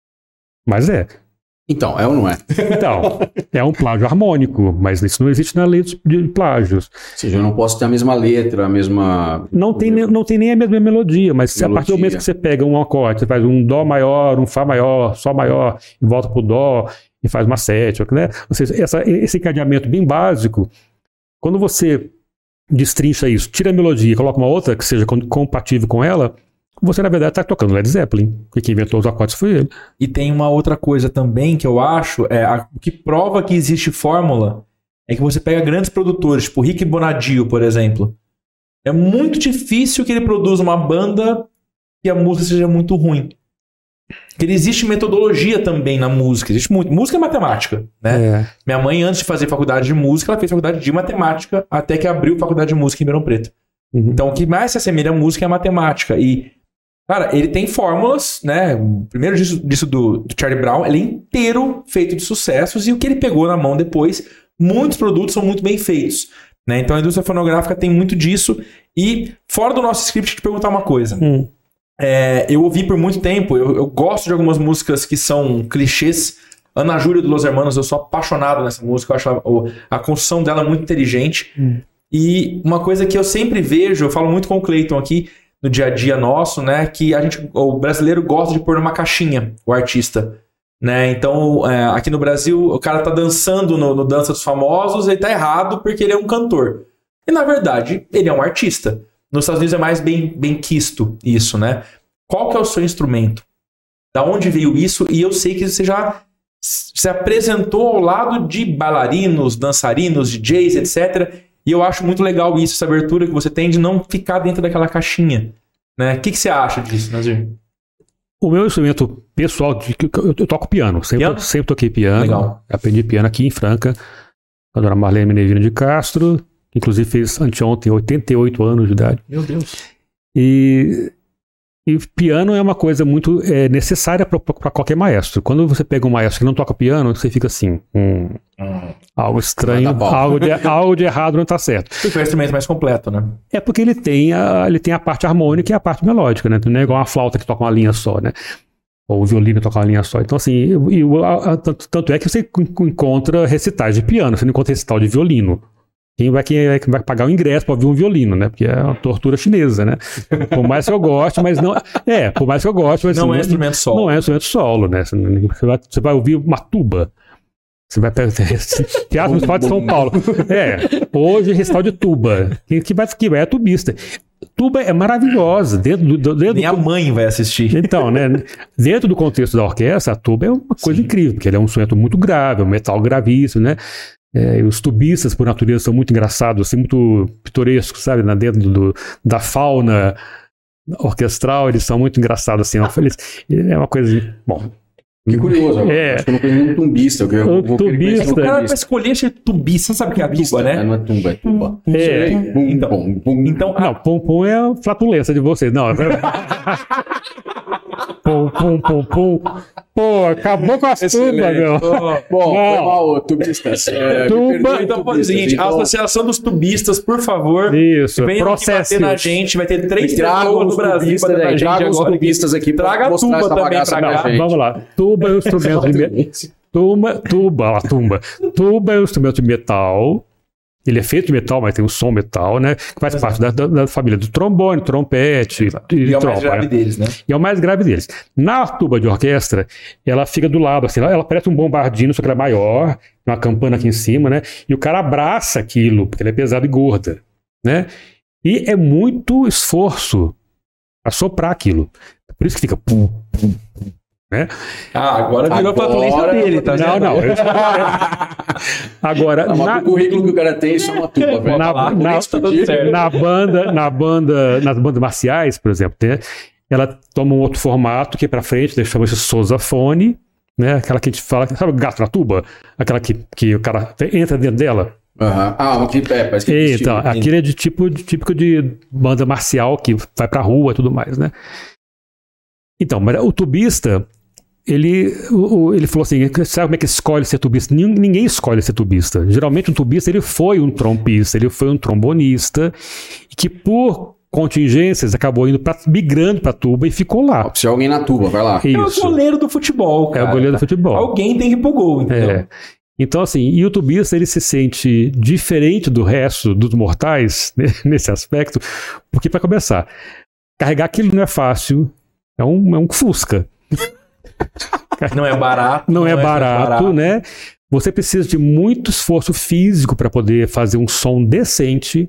[SPEAKER 3] Mas é.
[SPEAKER 1] Então, é ou não é?
[SPEAKER 3] Então, é um plágio harmônico, mas isso não existe na lei de plágios.
[SPEAKER 1] Ou seja, eu não posso ter a mesma letra, a mesma...
[SPEAKER 3] Não tem, não tem nem a mesma melodia, mas se a partir do momento que você pega um acorde, você faz um Dó maior, um Fá maior, Sol maior, e volta pro Dó, e faz uma sétima, né? Ou seja, essa, esse encadeamento bem básico, quando você destrincha isso, tira a melodia e coloca uma outra que seja compatível com ela, você na verdade está tocando Led Zeppelin, porque quem inventou os acordes foi ele.
[SPEAKER 2] E tem uma outra coisa também que eu acho, é, a, o que prova que existe fórmula é que você pega grandes produtores, tipo Rick Bonadio, por exemplo. É muito difícil que ele produza uma banda que a música seja muito ruim. Porque existe metodologia também na música. Existe muito. Música é matemática, né? É. Minha mãe, antes de fazer faculdade de música, ela fez faculdade de matemática até que abriu faculdade de música em Ribeirão Preto. Uhum. Então, o que mais se assemelha à música é a matemática. E, cara, ele tem fórmulas, né? O primeiro disso, disso do, do Charlie Brown, ele é inteiro feito de sucessos. E o que ele pegou na mão depois, muitos produtos são muito bem feitos. Né? Então, a indústria fonográfica tem muito disso. E, fora do nosso script, te perguntar uma coisa. Hum. É, eu ouvi por muito tempo, eu, eu gosto de algumas músicas que são clichês. Ana Júlia do Los Hermanos, eu sou apaixonado nessa música, eu acho a, a construção dela muito inteligente. Hum. E uma coisa que eu sempre vejo, eu falo muito com o Cleiton aqui, no dia a dia nosso, né, que a gente, o brasileiro gosta de pôr numa caixinha o artista. Né? Então, é, aqui no Brasil, o cara tá dançando no, no Dança dos Famosos, ele tá errado porque ele é um cantor. E na verdade, ele é um artista. Nos Estados Unidos é mais bem, bem quisto isso, né? Qual que é o seu instrumento? Da onde veio isso? E eu sei que você já se apresentou ao lado de bailarinos, dançarinos, D Js, etcétera. E eu acho muito legal isso, essa abertura que você tem de não ficar dentro daquela caixinha. Né? O que, que você acha disso, Nazir?
[SPEAKER 3] O meu instrumento pessoal, eu, eu toco piano. Sempre, piano? sempre toquei piano.
[SPEAKER 2] Legal.
[SPEAKER 3] Aprendi piano aqui em Franca, com a dona Marlene Menevino de Castro. Inclusive fez anteontem oitenta e oito anos de idade.
[SPEAKER 2] Meu Deus.
[SPEAKER 3] E, e piano é uma coisa muito é, necessária para qualquer maestro. Quando você pega um maestro que não toca piano, você fica assim, hum, hum, algo estranho, algo de, algo de errado não está certo.
[SPEAKER 2] Porque é um instrumento mais completo, né?
[SPEAKER 3] É porque ele tem a, ele tem a parte harmônica e a parte melódica, né? Não é igual uma flauta que toca uma linha só, né? Ou o violino toca uma linha só. Então, assim, e, e, a, a, tanto, tanto é que você encontra recitais de piano, você não encontra recital de violino. Quem vai, quem vai pagar o ingresso para ouvir um violino, né? Porque é uma tortura chinesa, né? Por mais que eu goste, mas não... É, por mais que eu goste, mas...
[SPEAKER 2] Não
[SPEAKER 3] assim,
[SPEAKER 2] é instrumento solo.
[SPEAKER 3] Não é instrumento solo, né? Você vai, você vai ouvir uma tuba. Você vai pegar... Teatro Municipal de São Paulo. É, hoje recital de tuba. Quem que vai, que vai é tubista. Tuba é maravilhosa. Dentro do, dentro
[SPEAKER 2] Nem
[SPEAKER 3] do...
[SPEAKER 2] a mãe vai assistir.
[SPEAKER 3] Então, né? Dentro do contexto da orquestra, a tuba é uma coisa Sim. incrível, porque ele é um instrumento muito grave, é um metal gravíssimo, né? É, os tubistas, por natureza, são muito engraçados, assim, muito pitorescos, sabe? Na dentro do, da fauna orquestral, eles são muito engraçados, assim. Eles, é uma coisa... Bom...
[SPEAKER 1] Que curioso,
[SPEAKER 3] é.
[SPEAKER 1] Acho que eu não conheço um tumbista. Eu
[SPEAKER 3] o
[SPEAKER 1] vou
[SPEAKER 3] tubista.
[SPEAKER 2] O cara vai escolher ser tubista, você sabe o que é a tuba, né?
[SPEAKER 1] Não é tumba, é tuba.
[SPEAKER 3] É.
[SPEAKER 1] Bum,
[SPEAKER 2] então,
[SPEAKER 1] bum, bum.
[SPEAKER 2] então,
[SPEAKER 3] não, pum pum é a flatulência de vocês. Não, pum pum pum pum. Pô, acabou com as tubas, meu.
[SPEAKER 1] Oh, bom, foi mal, tubistas. É,
[SPEAKER 3] tuba.
[SPEAKER 2] Então, pode o seguinte, então... a Associação dos Tubistas, por favor,
[SPEAKER 3] isso,
[SPEAKER 2] venham aqui bater na gente, vai ter três pessoas no Brasil para
[SPEAKER 1] né? Traga os tubistas aqui pra
[SPEAKER 2] Traga a tuba também pra cá.
[SPEAKER 3] Não, vamos lá, tuba é um instrumento de metal. Tuba, tuba, lá, tumba. Tuba é um instrumento de metal. Ele é feito de metal, mas tem um som metal, né? Que faz parte da, da, da família do trombone, trompete
[SPEAKER 2] e, e é o
[SPEAKER 3] trompa,
[SPEAKER 2] mais grave
[SPEAKER 3] né?
[SPEAKER 2] deles, né?
[SPEAKER 3] E é o mais grave deles. Na tuba de orquestra, ela fica do lado, assim, ela, ela parece um bombardino, só que ela é maior, uma campana aqui em cima, né? E o cara abraça aquilo, porque ela é pesada e gorda, né? E é muito esforço a soprar aquilo. Por isso que fica pum, pum, pum. Né?
[SPEAKER 2] Ah, agora virou a flatulência dele, tá?
[SPEAKER 3] Não, não. Eu... Agora,
[SPEAKER 1] na... o currículo que o cara tem, isso é uma tuba, velho.
[SPEAKER 3] Na, na, na, na banda, na banda, nas bandas marciais, por exemplo, tem, ela toma um outro formato que é pra frente, chama-se sousafone, né? Aquela que a gente fala, sabe o gato na tuba? Aquela que, que o cara entra dentro dela.
[SPEAKER 1] Uhum. Ah, um que é, parece que
[SPEAKER 3] É, então, aquele é de tipo de, típico de banda marcial que vai pra rua e tudo mais, né? Então, mas o tubista, ele, o, ele falou assim, sabe como é que escolhe ser tubista? Ninguém escolhe ser tubista. Geralmente um tubista, ele foi um trompista, ele foi um trombonista, que por contingências acabou indo pra, migrando pra tuba e ficou lá.
[SPEAKER 1] Se alguém na tuba, vai lá.
[SPEAKER 3] Isso.
[SPEAKER 2] É o goleiro do futebol, cara.
[SPEAKER 3] É o goleiro do futebol.
[SPEAKER 2] Alguém tem que ir pro gol, entendeu?
[SPEAKER 3] É. Então, assim, e o tubista, ele se sente diferente do resto dos mortais, né, nesse aspecto, porque, para começar, carregar aquilo não é fácil, é um, é um fusca.
[SPEAKER 2] Não é barato.
[SPEAKER 3] Não, não é, é barato,
[SPEAKER 2] barato,
[SPEAKER 3] né? Você precisa de muito esforço físico para poder fazer um som decente,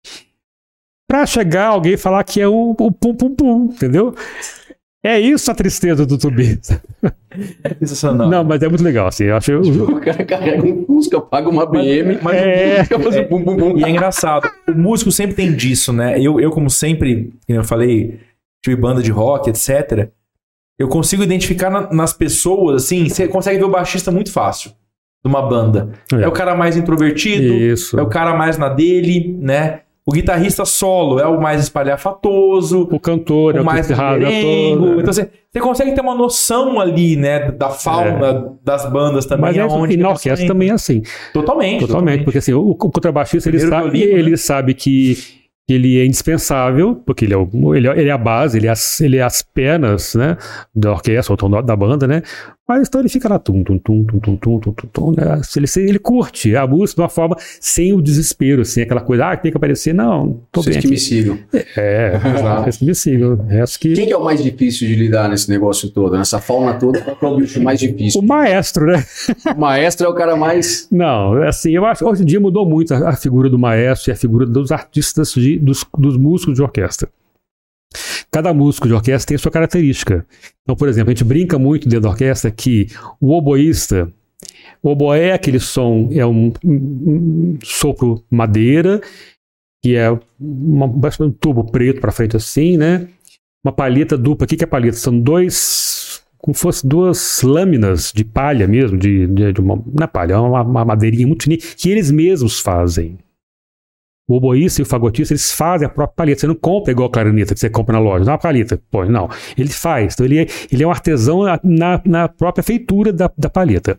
[SPEAKER 3] para chegar alguém e falar que é o, o pum pum pum, entendeu? É isso a tristeza do tubista.
[SPEAKER 2] Sensacional.
[SPEAKER 3] Não, mas é muito legal, assim. Eu acho...
[SPEAKER 1] O cara carrega um Fusca, paga uma B M,
[SPEAKER 2] mas, mas
[SPEAKER 3] é,
[SPEAKER 1] fica fazendo
[SPEAKER 2] é,
[SPEAKER 1] bum, bum, bum.
[SPEAKER 2] E é engraçado. O músico sempre tem disso, né? Eu, eu como sempre, como eu falei, tive banda de rock, etcétera. Eu consigo identificar na, nas pessoas, assim, você consegue ver o baixista muito fácil de uma banda. É, é o cara mais introvertido,
[SPEAKER 3] isso.
[SPEAKER 2] É o cara mais na dele, né? O guitarrista solo é o mais espalhafatoso.
[SPEAKER 3] O cantor
[SPEAKER 2] o
[SPEAKER 3] é o
[SPEAKER 2] mais merengo. Então você, você consegue ter uma noção ali, né, da fauna é. das bandas também.
[SPEAKER 3] Mas é,
[SPEAKER 2] aonde
[SPEAKER 3] e na orquestra também é assim.
[SPEAKER 2] Totalmente.
[SPEAKER 3] Totalmente, totalmente. Porque assim, o, o contrabaixista, ele sabe,
[SPEAKER 2] violino,
[SPEAKER 3] ele
[SPEAKER 2] né?
[SPEAKER 3] sabe que ele é indispensável, porque ele é, o, ele é, ele é a base, ele é as, ele é as pernas, né, da orquestra, ou então da banda, né? Mas então ele fica lá, tum, tum, tum, tum, tum, tum, tum, tum, tum, né? ele, ele curte a música de uma forma sem o desespero, sem aquela coisa, ah, tem que aparecer, não, tô
[SPEAKER 1] Vocês
[SPEAKER 3] bem
[SPEAKER 1] que
[SPEAKER 3] aqui.
[SPEAKER 1] me sigam.
[SPEAKER 3] É, vocês que me sigam. Que...
[SPEAKER 1] Quem que é o mais difícil de lidar nesse negócio todo, nessa fauna toda? Qual é o bicho mais difícil?
[SPEAKER 3] O maestro, né?
[SPEAKER 1] O maestro é o cara mais...
[SPEAKER 3] Não, assim, eu acho que hoje em dia mudou muito a, a figura do maestro e a figura dos artistas, de, dos, dos músicos de orquestra. Cada músico de orquestra tem sua característica. Então, por exemplo, a gente brinca muito dentro da orquestra que o oboísta, o oboé é aquele som, é um, um, um sopro madeira, que é uma, um tubo preto para frente assim, né? Uma palheta dupla. O que é palheta? São dois, como se fossem duas lâminas de palha mesmo, de, de, de uma, não é palha, é uma, uma madeirinha muito fininha, que eles mesmos fazem. O oboísta e o fagotista, eles fazem a própria palheta. Você não compra igual a clarineta que você compra na loja. Não é uma palheta. Pô, não. Ele faz. Então, ele é, ele é um artesão na, na própria feitura da, da palheta.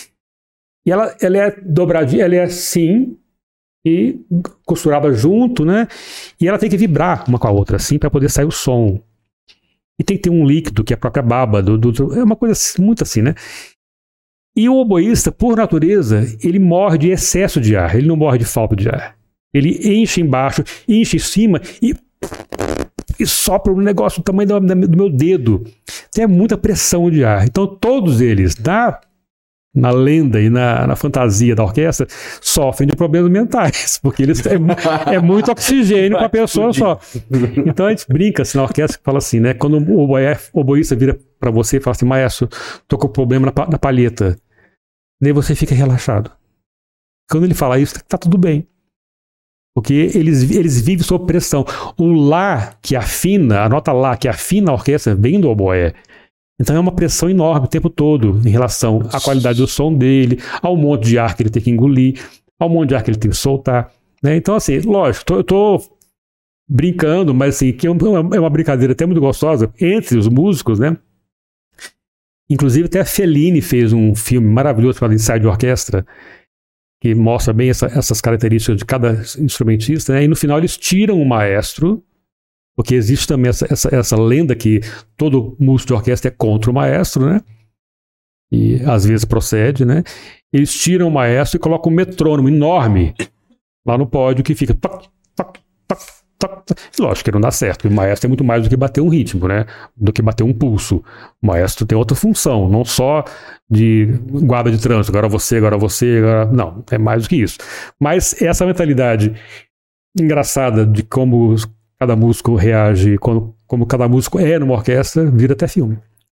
[SPEAKER 3] E ela, ela é dobradinha, ela é assim e costurada junto, né? E ela tem que vibrar uma com a outra, assim, para poder sair o som. E tem que ter um líquido, que é a própria baba. Do, do, é uma coisa muito assim, né? E o oboísta, por natureza, ele morre de excesso de ar. Ele não morre de falta de ar. Ele enche embaixo, enche em cima e, e sopra um negócio do tamanho do, do meu dedo. Tem muita pressão de ar. Então todos eles, na, na lenda e na, na fantasia da orquestra, sofrem de problemas mentais, porque eles é, é muito oxigênio para a pessoa só. Então a gente brinca assim, na orquestra que fala assim, né? Quando o oboísta vira para você e fala assim, maestro, tô com problema na, na palheta. Daí você fica relaxado. Quando ele fala isso, tá tudo bem. Porque eles, eles vivem sob pressão. O Lá que afina, a nota Lá que afina a orquestra vem do oboé. Então é uma pressão enorme o tempo todo em relação à qualidade do som dele, ao monte de ar que ele tem que engolir, ao monte de ar que ele tem que soltar. Né? Então, assim, lógico, tô, eu tô brincando, mas assim, que é uma brincadeira até muito gostosa entre os músicos, né? Inclusive até a Fellini fez um filme maravilhoso chamado Ensaio de Orquestra, que mostra bem essa, essas características de cada instrumentista, né? E no final eles tiram o maestro, porque existe também essa, essa, essa lenda que todo músico de orquestra é contra o maestro, né? E às vezes procede, né? Eles tiram o maestro e colocam um metrônomo enorme lá no pódio que fica toc, toc, toc, toc, toc. Lógico que não dá certo, porque o maestro é muito mais do que bater um ritmo, né? Do que bater um pulso. O maestro tem outra função, não só de guarda de trânsito, agora você, agora você, agora... não, é mais do que isso. Mas essa mentalidade engraçada de como cada músico reage, como, como cada músico é numa orquestra, vira até filme.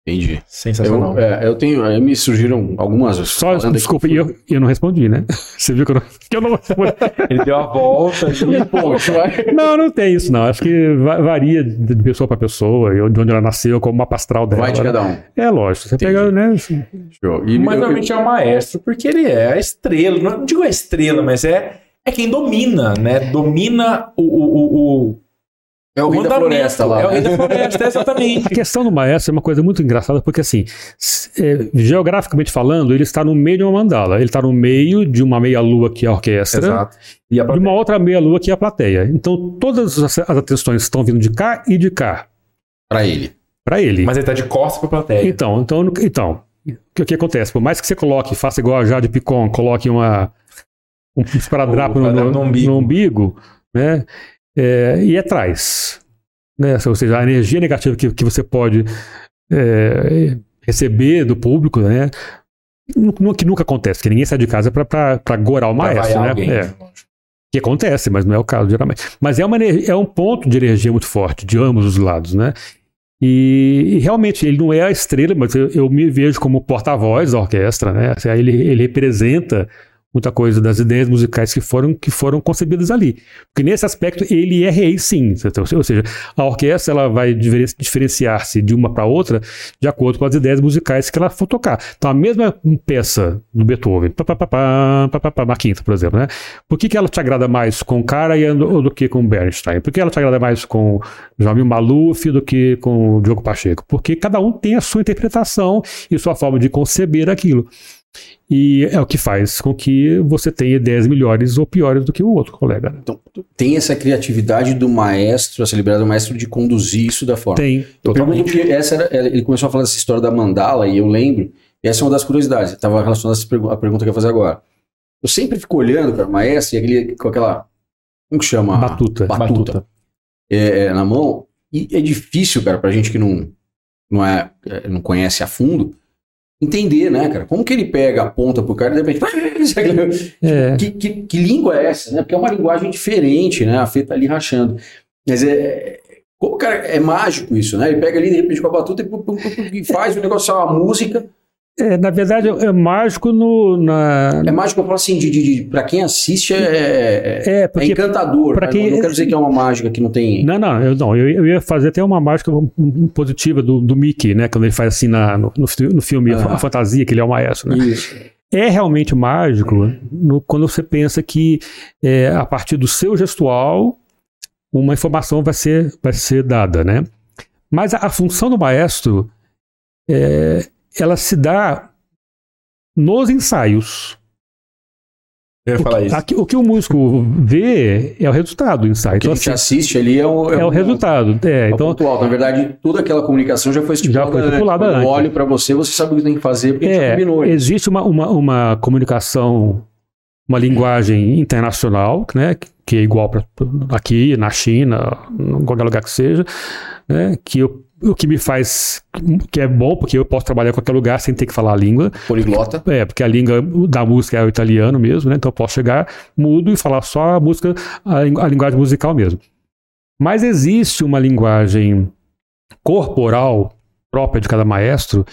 [SPEAKER 1] Entendi.
[SPEAKER 2] Sensacional.
[SPEAKER 1] Eu, é, eu tenho, aí me surgiram algumas...
[SPEAKER 3] Só, desculpa, e eu, eu não respondi, né? Você viu que eu não, que eu não respondi.
[SPEAKER 2] Ele deu a volta. E,
[SPEAKER 1] Poxa,
[SPEAKER 3] Não, não tem isso, não. Acho que va- varia de pessoa para pessoa, e de onde ela nasceu, como o mapa astral dela.
[SPEAKER 1] vai de cada um.
[SPEAKER 3] É lógico. Você
[SPEAKER 1] Entendi.
[SPEAKER 3] pega, né? assim,
[SPEAKER 1] Show. E
[SPEAKER 2] mas
[SPEAKER 1] eu-
[SPEAKER 2] normalmente é o maestro, porque ele é a estrela. Não digo a estrela, mas é, é quem domina, né? Domina o... o, o, o
[SPEAKER 1] é o rei da
[SPEAKER 2] mandamento.
[SPEAKER 1] floresta lá.
[SPEAKER 2] É o rei
[SPEAKER 1] né?
[SPEAKER 2] da floresta,
[SPEAKER 3] A
[SPEAKER 2] exatamente.
[SPEAKER 3] questão do maestro é uma coisa muito engraçada, porque assim, s- é, geograficamente falando, ele está no meio de uma mandala. Ele está no meio de uma meia-lua que é a orquestra,
[SPEAKER 2] Exato. E a
[SPEAKER 3] de uma outra meia-lua que é a plateia. Então, todas as, as atenções estão vindo de cá e de cá,
[SPEAKER 1] Pra ele.
[SPEAKER 3] para ele.
[SPEAKER 2] Mas ele tá de costas pra plateia.
[SPEAKER 3] Então, então, então o que, o que acontece? Por mais que você coloque, faça igual a Jade Picon, coloque uma, um esparadrapo
[SPEAKER 2] O
[SPEAKER 3] no,
[SPEAKER 2] esparadrapo
[SPEAKER 3] no,
[SPEAKER 2] no umbigo.
[SPEAKER 3] no umbigo, né? É, e atrás. Né? Ou seja, a energia negativa que, que você pode é, receber do público, né? Nu- Que nunca acontece, porque ninguém sai de casa para gorar o
[SPEAKER 2] Pra
[SPEAKER 3] maestro,
[SPEAKER 2] vaiar
[SPEAKER 3] né?
[SPEAKER 2] alguém.
[SPEAKER 3] É. Que acontece, mas não é o caso, geralmente. Mas é, uma, ener- é um ponto de energia muito forte, de ambos os lados, né? E, e realmente ele não é a estrela, mas eu, eu me vejo como porta-voz da orquestra, né? Assim, ele, ele representa muita coisa das ideias musicais que foram, que foram concebidas ali. Porque nesse aspecto ele é rei, sim. Ou seja, a orquestra ela vai difer- diferenciar-se de uma para outra de acordo com as ideias musicais que ela for tocar. Então a mesma peça do Beethoven, pá, pá, pá, pá, pá, pá, pá, uma quinta, por exemplo, né? Por que, que ela te agrada mais com o Karajan do, do que com o Bernstein? Por que ela te agrada mais com o Jamil Maluf do que com o Diogo Pacheco? Porque cada um tem a sua interpretação e sua forma de conceber aquilo. E é o que faz com que você tenha ideias melhores ou piores do que o outro colega. Né?
[SPEAKER 1] Então, tem essa criatividade do maestro, essa liberdade do maestro de conduzir isso da forma.
[SPEAKER 3] Tem.
[SPEAKER 1] Eu pergunto porque essa era, ele começou a falar dessa história da mandala e eu lembro, e essa é uma das curiosidades, estava relacionada a essa pergu- a pergunta que eu ia fazer agora. Eu sempre fico olhando para o maestro e aquele, com aquela, como que chama?
[SPEAKER 3] Batuta.
[SPEAKER 1] Batuta. É, é, na mão, e é difícil, cara, pra gente que não, não, é, é, não conhece a fundo, entender, né, cara? Como que ele pega a ponta pro cara e de repente...
[SPEAKER 3] É.
[SPEAKER 1] Que, que, que língua é essa, né? Porque é uma linguagem diferente, né? A Fê tá ali rachando. Mas é... Como, cara, é mágico isso, né? Ele pega ali, de repente, com a batuta e, pum, pum, pum, e faz o negócio, é uma música.
[SPEAKER 3] É, na verdade, é mágico no, na...
[SPEAKER 1] É mágico, eu falo assim, de, de, de, pra quem assiste é, é,
[SPEAKER 3] É, porque...
[SPEAKER 1] é encantador.
[SPEAKER 3] pra
[SPEAKER 1] Mas
[SPEAKER 3] quem-
[SPEAKER 1] Não quero dizer que é uma mágica que não tem...
[SPEAKER 3] Não, não, eu, não eu, eu ia fazer até uma mágica um, um, positiva do, do Mickey, né? Quando ele faz assim na, no, no, fi- no filme
[SPEAKER 1] Ah.
[SPEAKER 3] A Fantasia, que ele é o maestro, né?
[SPEAKER 1] Isso.
[SPEAKER 3] É realmente mágico no- quando você pensa que é, a partir do seu gestual uma informação vai ser, vai ser dada, né? Mas a, a função do maestro é, ela se dá nos ensaios.
[SPEAKER 2] Eu ia falar isso.
[SPEAKER 3] Aqui- o que o músico vê é o resultado do ensaio.
[SPEAKER 1] O que
[SPEAKER 3] Então,
[SPEAKER 1] a gente
[SPEAKER 3] assim,
[SPEAKER 1] assiste ali é o...
[SPEAKER 3] é o resultado. É,
[SPEAKER 1] É o
[SPEAKER 3] então,
[SPEAKER 1] ponto alto. Na verdade, toda aquela comunicação já foi estipulada
[SPEAKER 3] Já foi
[SPEAKER 1] antes.
[SPEAKER 3] estipulada
[SPEAKER 1] Quando eu
[SPEAKER 3] antes.
[SPEAKER 1] olho pra você, você sabe o que tem que fazer, porque a gente
[SPEAKER 3] É,
[SPEAKER 1] combinou. isso.
[SPEAKER 3] existe uma, uma, uma comunicação, uma linguagem internacional, né, que é igual para aqui, na China, em qualquer lugar que seja, né, que eu, o que me faz, que é bom, porque eu posso trabalhar em qualquer lugar sem ter que falar a língua.
[SPEAKER 1] Poliglota.
[SPEAKER 3] É, porque a língua da música é o italiano mesmo, né, então eu posso chegar mudo e falar só a música, a, lingu- a linguagem musical mesmo. Mas existe uma linguagem corporal própria de cada maestro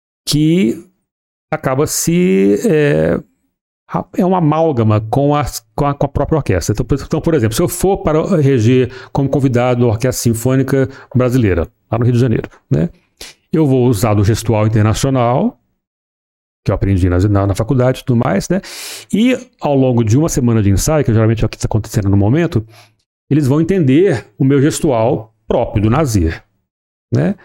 [SPEAKER 3] que acaba se... É, é uma amálgama com a, com, a, com a própria orquestra. Então por, então, por exemplo, se eu for para reger como convidado da Orquestra Sinfônica Brasileira, lá no Rio de Janeiro, né, eu vou usar do gestual internacional, que eu aprendi na, na, na faculdade e tudo mais, né, e ao longo de uma semana de ensaio, que geralmente é o que está acontecendo no momento, eles vão entender o meu gestual próprio do Nazir, né?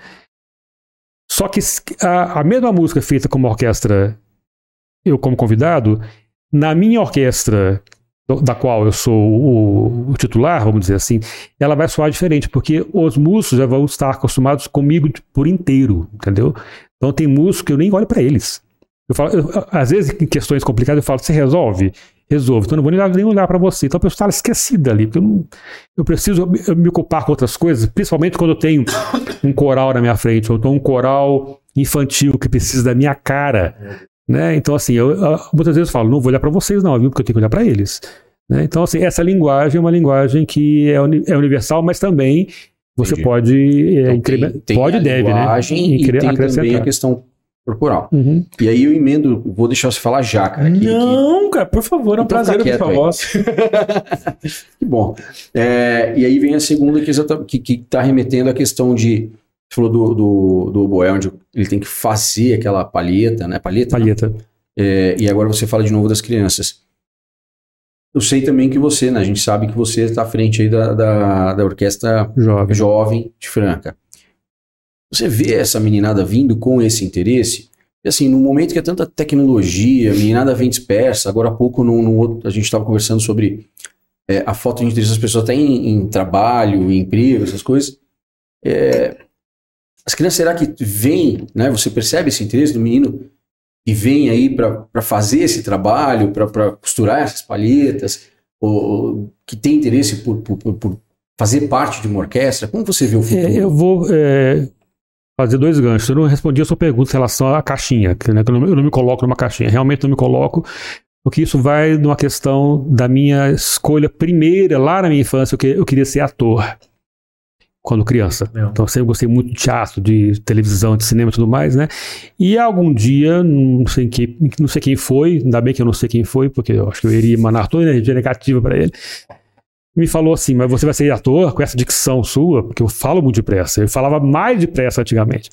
[SPEAKER 3] Só que a, a mesma música feita como orquestra, eu como convidado, na minha orquestra, do, da qual eu sou o, o titular, vamos dizer assim, ela vai soar diferente, porque os músicos já vão estar acostumados comigo por inteiro, entendeu? Então tem músicos que eu nem olho para eles. Eu falo, eu, às vezes em questões complicadas eu falo, você resolve? Resolve. Então eu não vou nem olhar, nem olhar para você. Então a pessoa está esquecida ali, porque eu, não, eu preciso me, me ocupar com outras coisas, principalmente quando eu tenho um coral na minha frente, ou então um coral infantil que precisa da minha cara. Né? Então, assim, eu, eu muitas vezes eu falo, não vou olhar para vocês não, viu? Porque eu tenho que olhar para eles. Né? Então, assim, essa linguagem é uma linguagem que é, uni, é universal, mas também você
[SPEAKER 1] Entendi.
[SPEAKER 3] pode é,
[SPEAKER 1] Então,
[SPEAKER 3] incrementar.
[SPEAKER 1] tem, tem
[SPEAKER 3] Pode
[SPEAKER 1] a
[SPEAKER 3] e deve, né?
[SPEAKER 1] linguagem e
[SPEAKER 3] Incre-
[SPEAKER 1] tem também
[SPEAKER 3] acrescentar.
[SPEAKER 1] a questão corporal.
[SPEAKER 3] Uhum.
[SPEAKER 1] E aí eu emendo, vou deixar você falar já, cara. que-
[SPEAKER 2] Não, cara, por favor, é um
[SPEAKER 1] Então
[SPEAKER 2] prazer
[SPEAKER 1] fica
[SPEAKER 2] ouvir
[SPEAKER 1] quieto
[SPEAKER 2] sua
[SPEAKER 1] aí.
[SPEAKER 2] voz.
[SPEAKER 1] Que bom. É, e aí vem a segunda que está que, que tá remetendo à questão de. Você falou do, do, do oboé, onde ele tem que fazer aquela palheta, né? Palheta? né?
[SPEAKER 3] Palheta.
[SPEAKER 1] É, e agora você fala de novo das crianças. Eu sei também que você, né? A gente sabe que você está à frente aí da, da, da orquestra
[SPEAKER 3] Jovem.
[SPEAKER 1] jovem de Franca. Você vê essa meninada vindo com esse interesse? E assim, no momento que é tanta tecnologia, a meninada vem dispersa. Agora há pouco, no, no outro, a gente estava conversando sobre é, a falta de interesse das pessoas até em, em trabalho, em emprego, essas coisas. É, as crianças, será que vêm, né? Você percebe esse interesse do menino que vem aí para fazer esse trabalho, para costurar essas palhetas, ou, ou que tem interesse por, por, por- por fazer parte de uma orquestra? Como você vê o futuro?
[SPEAKER 3] É, eu vou é, fazer dois ganchos. Eu não respondi a sua pergunta em relação à caixinha, que, né, que eu, não, eu não me coloco numa caixinha. Realmente não me coloco, porque isso vai numa questão da minha escolha primeira, lá na minha infância, eu, que, eu queria ser ator, quando criança.
[SPEAKER 2] Meu.
[SPEAKER 3] Então eu sempre gostei muito de teatro, de televisão, de cinema e tudo mais, né? E algum dia, não sei, quem, não sei quem foi, ainda bem que eu não sei quem foi, porque eu acho que eu iria emanar toda a energia negativa para ele, me falou assim, mas você vai ser ator com essa dicção sua? Porque eu falo muito depressa. Eu falava mais depressa antigamente.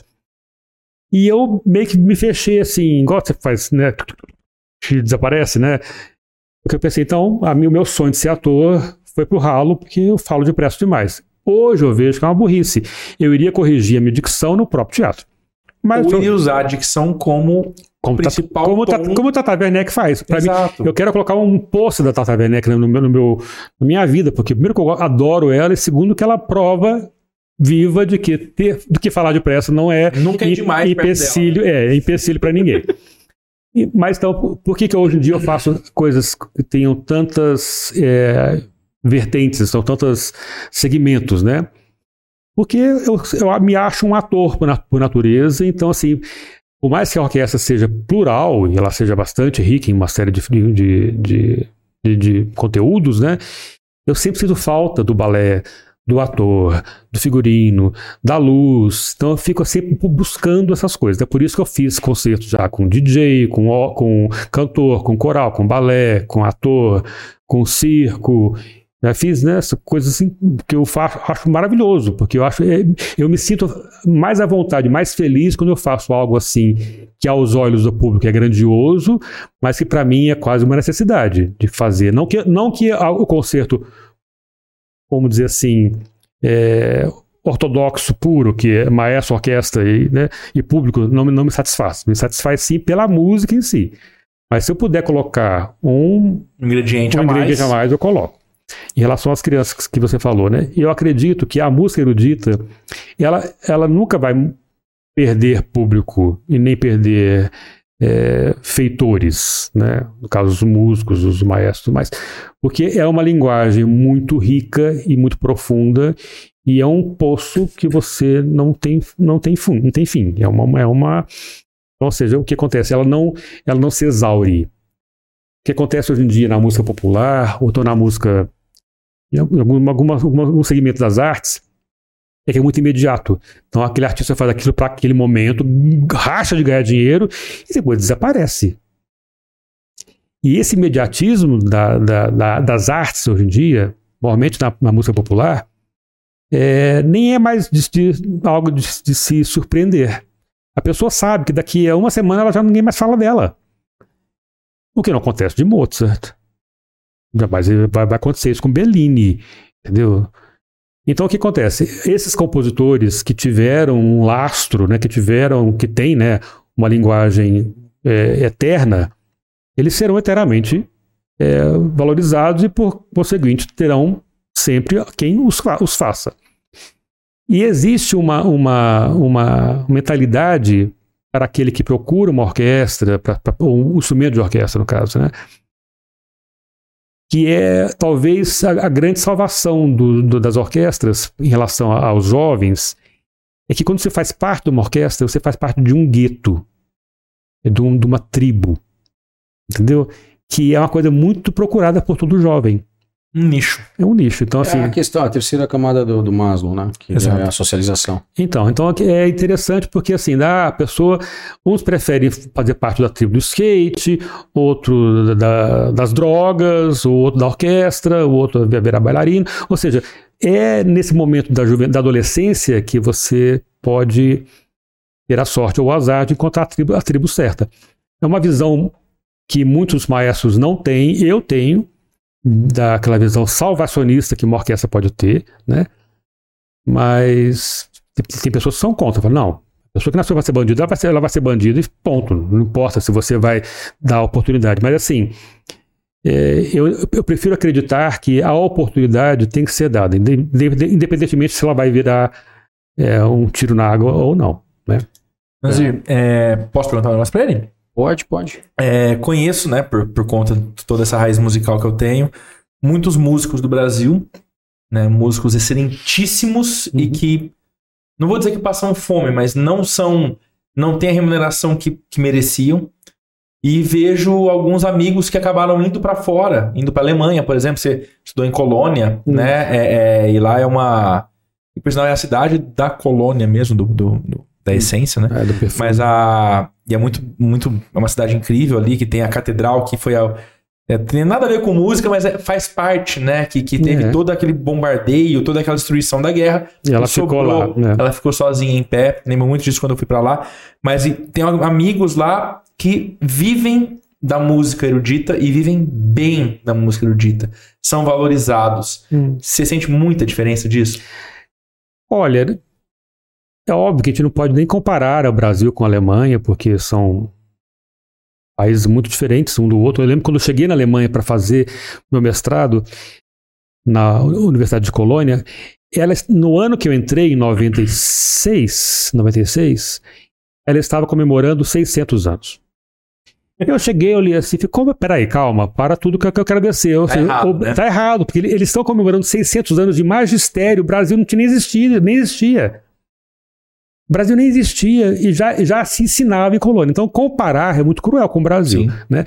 [SPEAKER 3] E eu meio que me fechei assim, igual você faz, né? Que desaparece, né? Porque eu pensei, então, a mim, o meu sonho de ser ator foi pro ralo, porque eu falo depressa demais. Hoje eu vejo que é uma burrice. Eu iria corrigir a minha dicção no próprio teatro. Mas
[SPEAKER 2] Ou
[SPEAKER 3] eu-
[SPEAKER 2] iria usar a dicção como
[SPEAKER 3] como, tá,
[SPEAKER 2] principal
[SPEAKER 3] como, tá,
[SPEAKER 2] tom.
[SPEAKER 3] como o Tata Werneck faz. Pra mim,
[SPEAKER 2] Exato.
[SPEAKER 3] eu quero colocar um post da Tata Werneck no meu, no meu, na minha vida, porque primeiro que eu adoro ela e segundo que ela prova viva de que, ter, de que falar depressa não é
[SPEAKER 2] Nunca é
[SPEAKER 3] em-
[SPEAKER 2] demais perto
[SPEAKER 3] empecilho, é, é empecilho para ninguém. E- mas então, por, por que que hoje em dia eu faço coisas que tenham tantas é, vertentes, são tantos segmentos, né? Porque eu, eu me acho um ator por, na- por natureza, então assim, por mais que a orquestra seja plural e ela seja bastante rica em uma série de, de, de, de, de conteúdos, né? Eu sempre sinto falta do balé, do ator, do figurino, da luz. Então eu fico sempre buscando essas coisas. É por isso que eu fiz concertos já com D J, com, o- com cantor, com coral, com balé, com ator, com circo. Já fiz, né, essas coisas assim que eu faço, acho maravilhoso, porque eu acho, é, eu me sinto mais à vontade, mais feliz quando eu faço algo assim que aos olhos do público é grandioso, mas que para mim é quase uma necessidade de fazer. Não que, não que a- o concerto, vamos dizer assim, é, ortodoxo puro, que é maestro, orquestra e, né, e público, não, me- não me satisfaz. Me satisfaz sim pela música em si. Mas se eu puder colocar um,
[SPEAKER 2] Um ingrediente
[SPEAKER 3] um
[SPEAKER 2] a mais.
[SPEAKER 3] ingrediente a mais, eu coloco. Em relação às crianças que você falou, né? Eu acredito que a música erudita, ela, ela nunca vai perder público e nem perder é, feitores, né? No caso, os músicos, os maestros, mas porque é uma linguagem muito rica e muito profunda e é um poço que você não tem, não tem, fim, não tem fim. É uma, é uma, ou seja, o que acontece? Ela não, ela não se exaure. O que acontece hoje em dia na música popular, ou então na música, em alguma, alguma, algum segmento das artes, é que é muito imediato. Então aquele artista faz aquilo para aquele momento, racha de ganhar dinheiro e depois desaparece. E esse imediatismo da, da, da, das artes hoje em dia, normalmente na, na música popular, é, nem é mais de, de, algo de, de se surpreender. A pessoa sabe que daqui a uma semana ela já ninguém mais fala dela. O que não acontece de Mozart. Mas vai, vai acontecer isso com Bellini, entendeu? Então o que acontece? Esses compositores que tiveram um lastro, né, que tiveram, que tem, né, uma linguagem é, eterna, eles serão eternamente é, valorizados e por conseguinte terão sempre quem os, fa- os faça. E existe uma, uma, uma mentalidade para aquele que procura uma orquestra, para, para, ou um instrumento de orquestra, no caso, né? Que é talvez a, a grande salvação do, do, das orquestras em relação a, aos jovens, é que quando você faz parte de uma orquestra, você faz parte de um gueto, de, um, de uma tribo, entendeu? Que é uma coisa muito procurada por todo jovem.
[SPEAKER 2] Um nicho.
[SPEAKER 3] É um nicho. Então, assim,
[SPEAKER 1] É a questão, a terceira camada do, do Maslow, né? Que
[SPEAKER 2] Exato.
[SPEAKER 1] é a socialização.
[SPEAKER 3] Então, então é interessante porque assim, a pessoa, uns preferem fazer parte da tribo do skate, outro da, das drogas, o outro da orquestra, o outro virar bailarino. Ou seja, é nesse momento da, juven- da adolescência que você pode ter a sorte ou o azar de encontrar a tribo, a tribo certa. É uma visão que muitos maestros não têm, eu tenho, daquela visão salvacionista que uma orquestra pode ter, né? Mas tem, tem pessoas que são contra. Falam, não, a pessoa que nasceu vai ser bandida, ela vai ser, ela vai ser bandida e ponto. Não importa se você vai dar a oportunidade. Mas assim, é, eu, eu prefiro acreditar que a oportunidade tem que ser dada, independentemente se ela vai virar é, um tiro na água ou não, né?
[SPEAKER 2] Mas, é, posso perguntar um negócio pra ele?
[SPEAKER 1] Pode, pode.
[SPEAKER 2] É, conheço, né, por, por conta de toda essa raiz musical que eu tenho, muitos músicos do Brasil, né, músicos excelentíssimos
[SPEAKER 3] Uhum.
[SPEAKER 2] e que, não vou dizer que passam fome, mas não são, não têm a remuneração que, que mereciam. E vejo alguns amigos que acabaram indo para fora, indo para Alemanha, por exemplo. Você estudou em Colônia,
[SPEAKER 3] Uhum.
[SPEAKER 2] né, é, é, e lá é uma, e por sinal é a cidade da Colônia mesmo, do, do, do- da essência, né?
[SPEAKER 3] É, do perfil.
[SPEAKER 2] Mas a. E é muito, muito. É uma cidade incrível ali, que tem a catedral, que foi a. É, tem nada a ver com música, mas é- faz parte, né? Que, que teve
[SPEAKER 3] É.
[SPEAKER 2] todo aquele bombardeio, toda aquela destruição da guerra.
[SPEAKER 3] E ela
[SPEAKER 2] E
[SPEAKER 3] ficou lá, né?
[SPEAKER 2] Ela ficou sozinha em pé. Lembro muito disso quando eu fui pra lá. Mas e, tem amigos lá que vivem da música erudita e vivem bem da música erudita. São valorizados.
[SPEAKER 3] Hum.
[SPEAKER 2] Você sente muita diferença disso?
[SPEAKER 3] Olha, é óbvio que a gente não pode nem comparar o Brasil com a Alemanha, porque são países muito diferentes um do outro. Eu lembro quando eu cheguei na Alemanha para fazer meu mestrado na Universidade de Colônia, ela, no ano que eu entrei, em noventa e seis, noventa e seis, ela estava comemorando seiscentos anos. Eu cheguei, eu li assim, ficou, peraí, calma, para tudo que eu quero descer. Eu,
[SPEAKER 2] Tá
[SPEAKER 3] assim,
[SPEAKER 2] errado,
[SPEAKER 3] eu-
[SPEAKER 2] né?
[SPEAKER 3] tá errado, porque ele- eles estão comemorando seiscentos anos de magistério, o Brasil não tinha nem existido, nem existia. O Brasil nem existia e já, já se ensinava em Colônia. Então, comparar é muito cruel com o Brasil,
[SPEAKER 2] Sim.
[SPEAKER 3] né?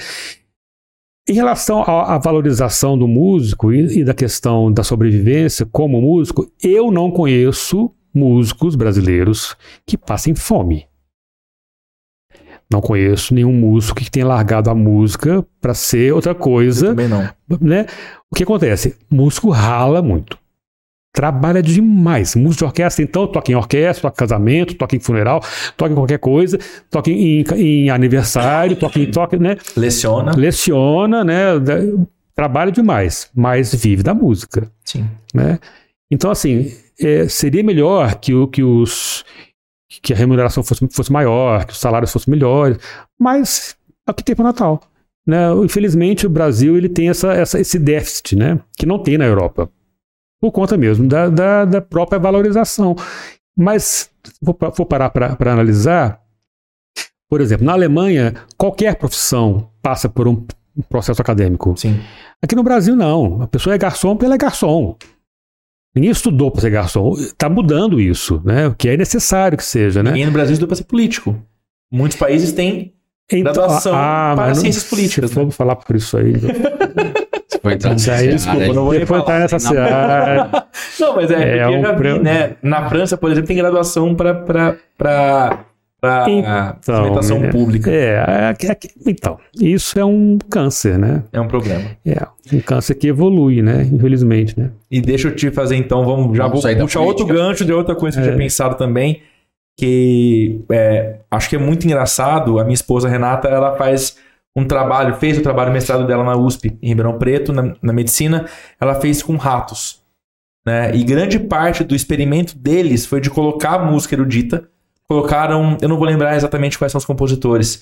[SPEAKER 3] Em relação à, à valorização do músico e, e da questão da sobrevivência como músico, eu não conheço músicos brasileiros que passem fome. Não conheço nenhum músico que tenha largado a música para ser outra
[SPEAKER 2] Eu
[SPEAKER 3] coisa,
[SPEAKER 2] também não.
[SPEAKER 3] né? O que acontece? Músico rala muito. Trabalha demais. Músico de orquestra, então, toca em orquestra, toca em casamento, toca em funeral, toca em qualquer coisa, toca em, em aniversário, toca em, toca, né?
[SPEAKER 2] Leciona.
[SPEAKER 3] Leciona, né? Da- Trabalha demais, mas vive da música,
[SPEAKER 2] Sim.
[SPEAKER 3] né? Então, assim, é, seria melhor que, o, que, os, que a remuneração fosse, fosse maior, que os salários fossem melhores, mas é o que tem para o Natal, né? Infelizmente, o Brasil ele tem essa, essa, esse déficit, né? Que não tem na Europa. Por conta mesmo da, da, da própria valorização. Mas, se for, pa- for parar para analisar, por exemplo, na Alemanha, qualquer profissão passa por um processo acadêmico.
[SPEAKER 2] Sim.
[SPEAKER 3] Aqui no Brasil, não. A pessoa é garçom porque ela é garçom. Ninguém estudou para ser garçom. Está mudando isso, né? O que é necessário que seja, né?
[SPEAKER 2] Ninguém no Brasil estudou para ser político. Muitos países têm
[SPEAKER 3] Então,
[SPEAKER 2] graduação para
[SPEAKER 3] mas não-
[SPEAKER 2] ciências políticas,
[SPEAKER 3] Se for
[SPEAKER 2] né?
[SPEAKER 3] falar por isso aí.
[SPEAKER 1] Você foi entrar nessa
[SPEAKER 3] Aí,
[SPEAKER 1] seara
[SPEAKER 3] desculpa,
[SPEAKER 1] aí.
[SPEAKER 3] não vou nem
[SPEAKER 2] falar
[SPEAKER 3] entrar nessa
[SPEAKER 1] Na
[SPEAKER 3] seara.
[SPEAKER 2] Não, mas é,
[SPEAKER 3] É,
[SPEAKER 2] porque eu
[SPEAKER 3] um
[SPEAKER 2] já vi,
[SPEAKER 3] pre-
[SPEAKER 2] né? Na França, por exemplo, tem graduação para para
[SPEAKER 3] Então,
[SPEAKER 2] alimentação
[SPEAKER 3] é,
[SPEAKER 2] pública.
[SPEAKER 3] É, é, é, então, isso é um câncer, né?
[SPEAKER 2] É um problema.
[SPEAKER 3] É, um câncer que evolui, né? Infelizmente, né?
[SPEAKER 2] E deixa eu te fazer então, vamos já
[SPEAKER 1] Vamos
[SPEAKER 2] vou
[SPEAKER 1] sair da
[SPEAKER 2] puxar outro
[SPEAKER 1] política.
[SPEAKER 2] gancho de outra coisa que eu
[SPEAKER 3] É.
[SPEAKER 2] tinha pensado também, que é, acho que é muito engraçado. A minha esposa Renata, ela faz um trabalho, fez o trabalho mestrado dela na U S P, em Ribeirão Preto, na, na medicina, ela fez com ratos, né? E grande parte do experimento deles foi de colocar a música erudita, colocaram, eu não vou lembrar exatamente quais são os compositores,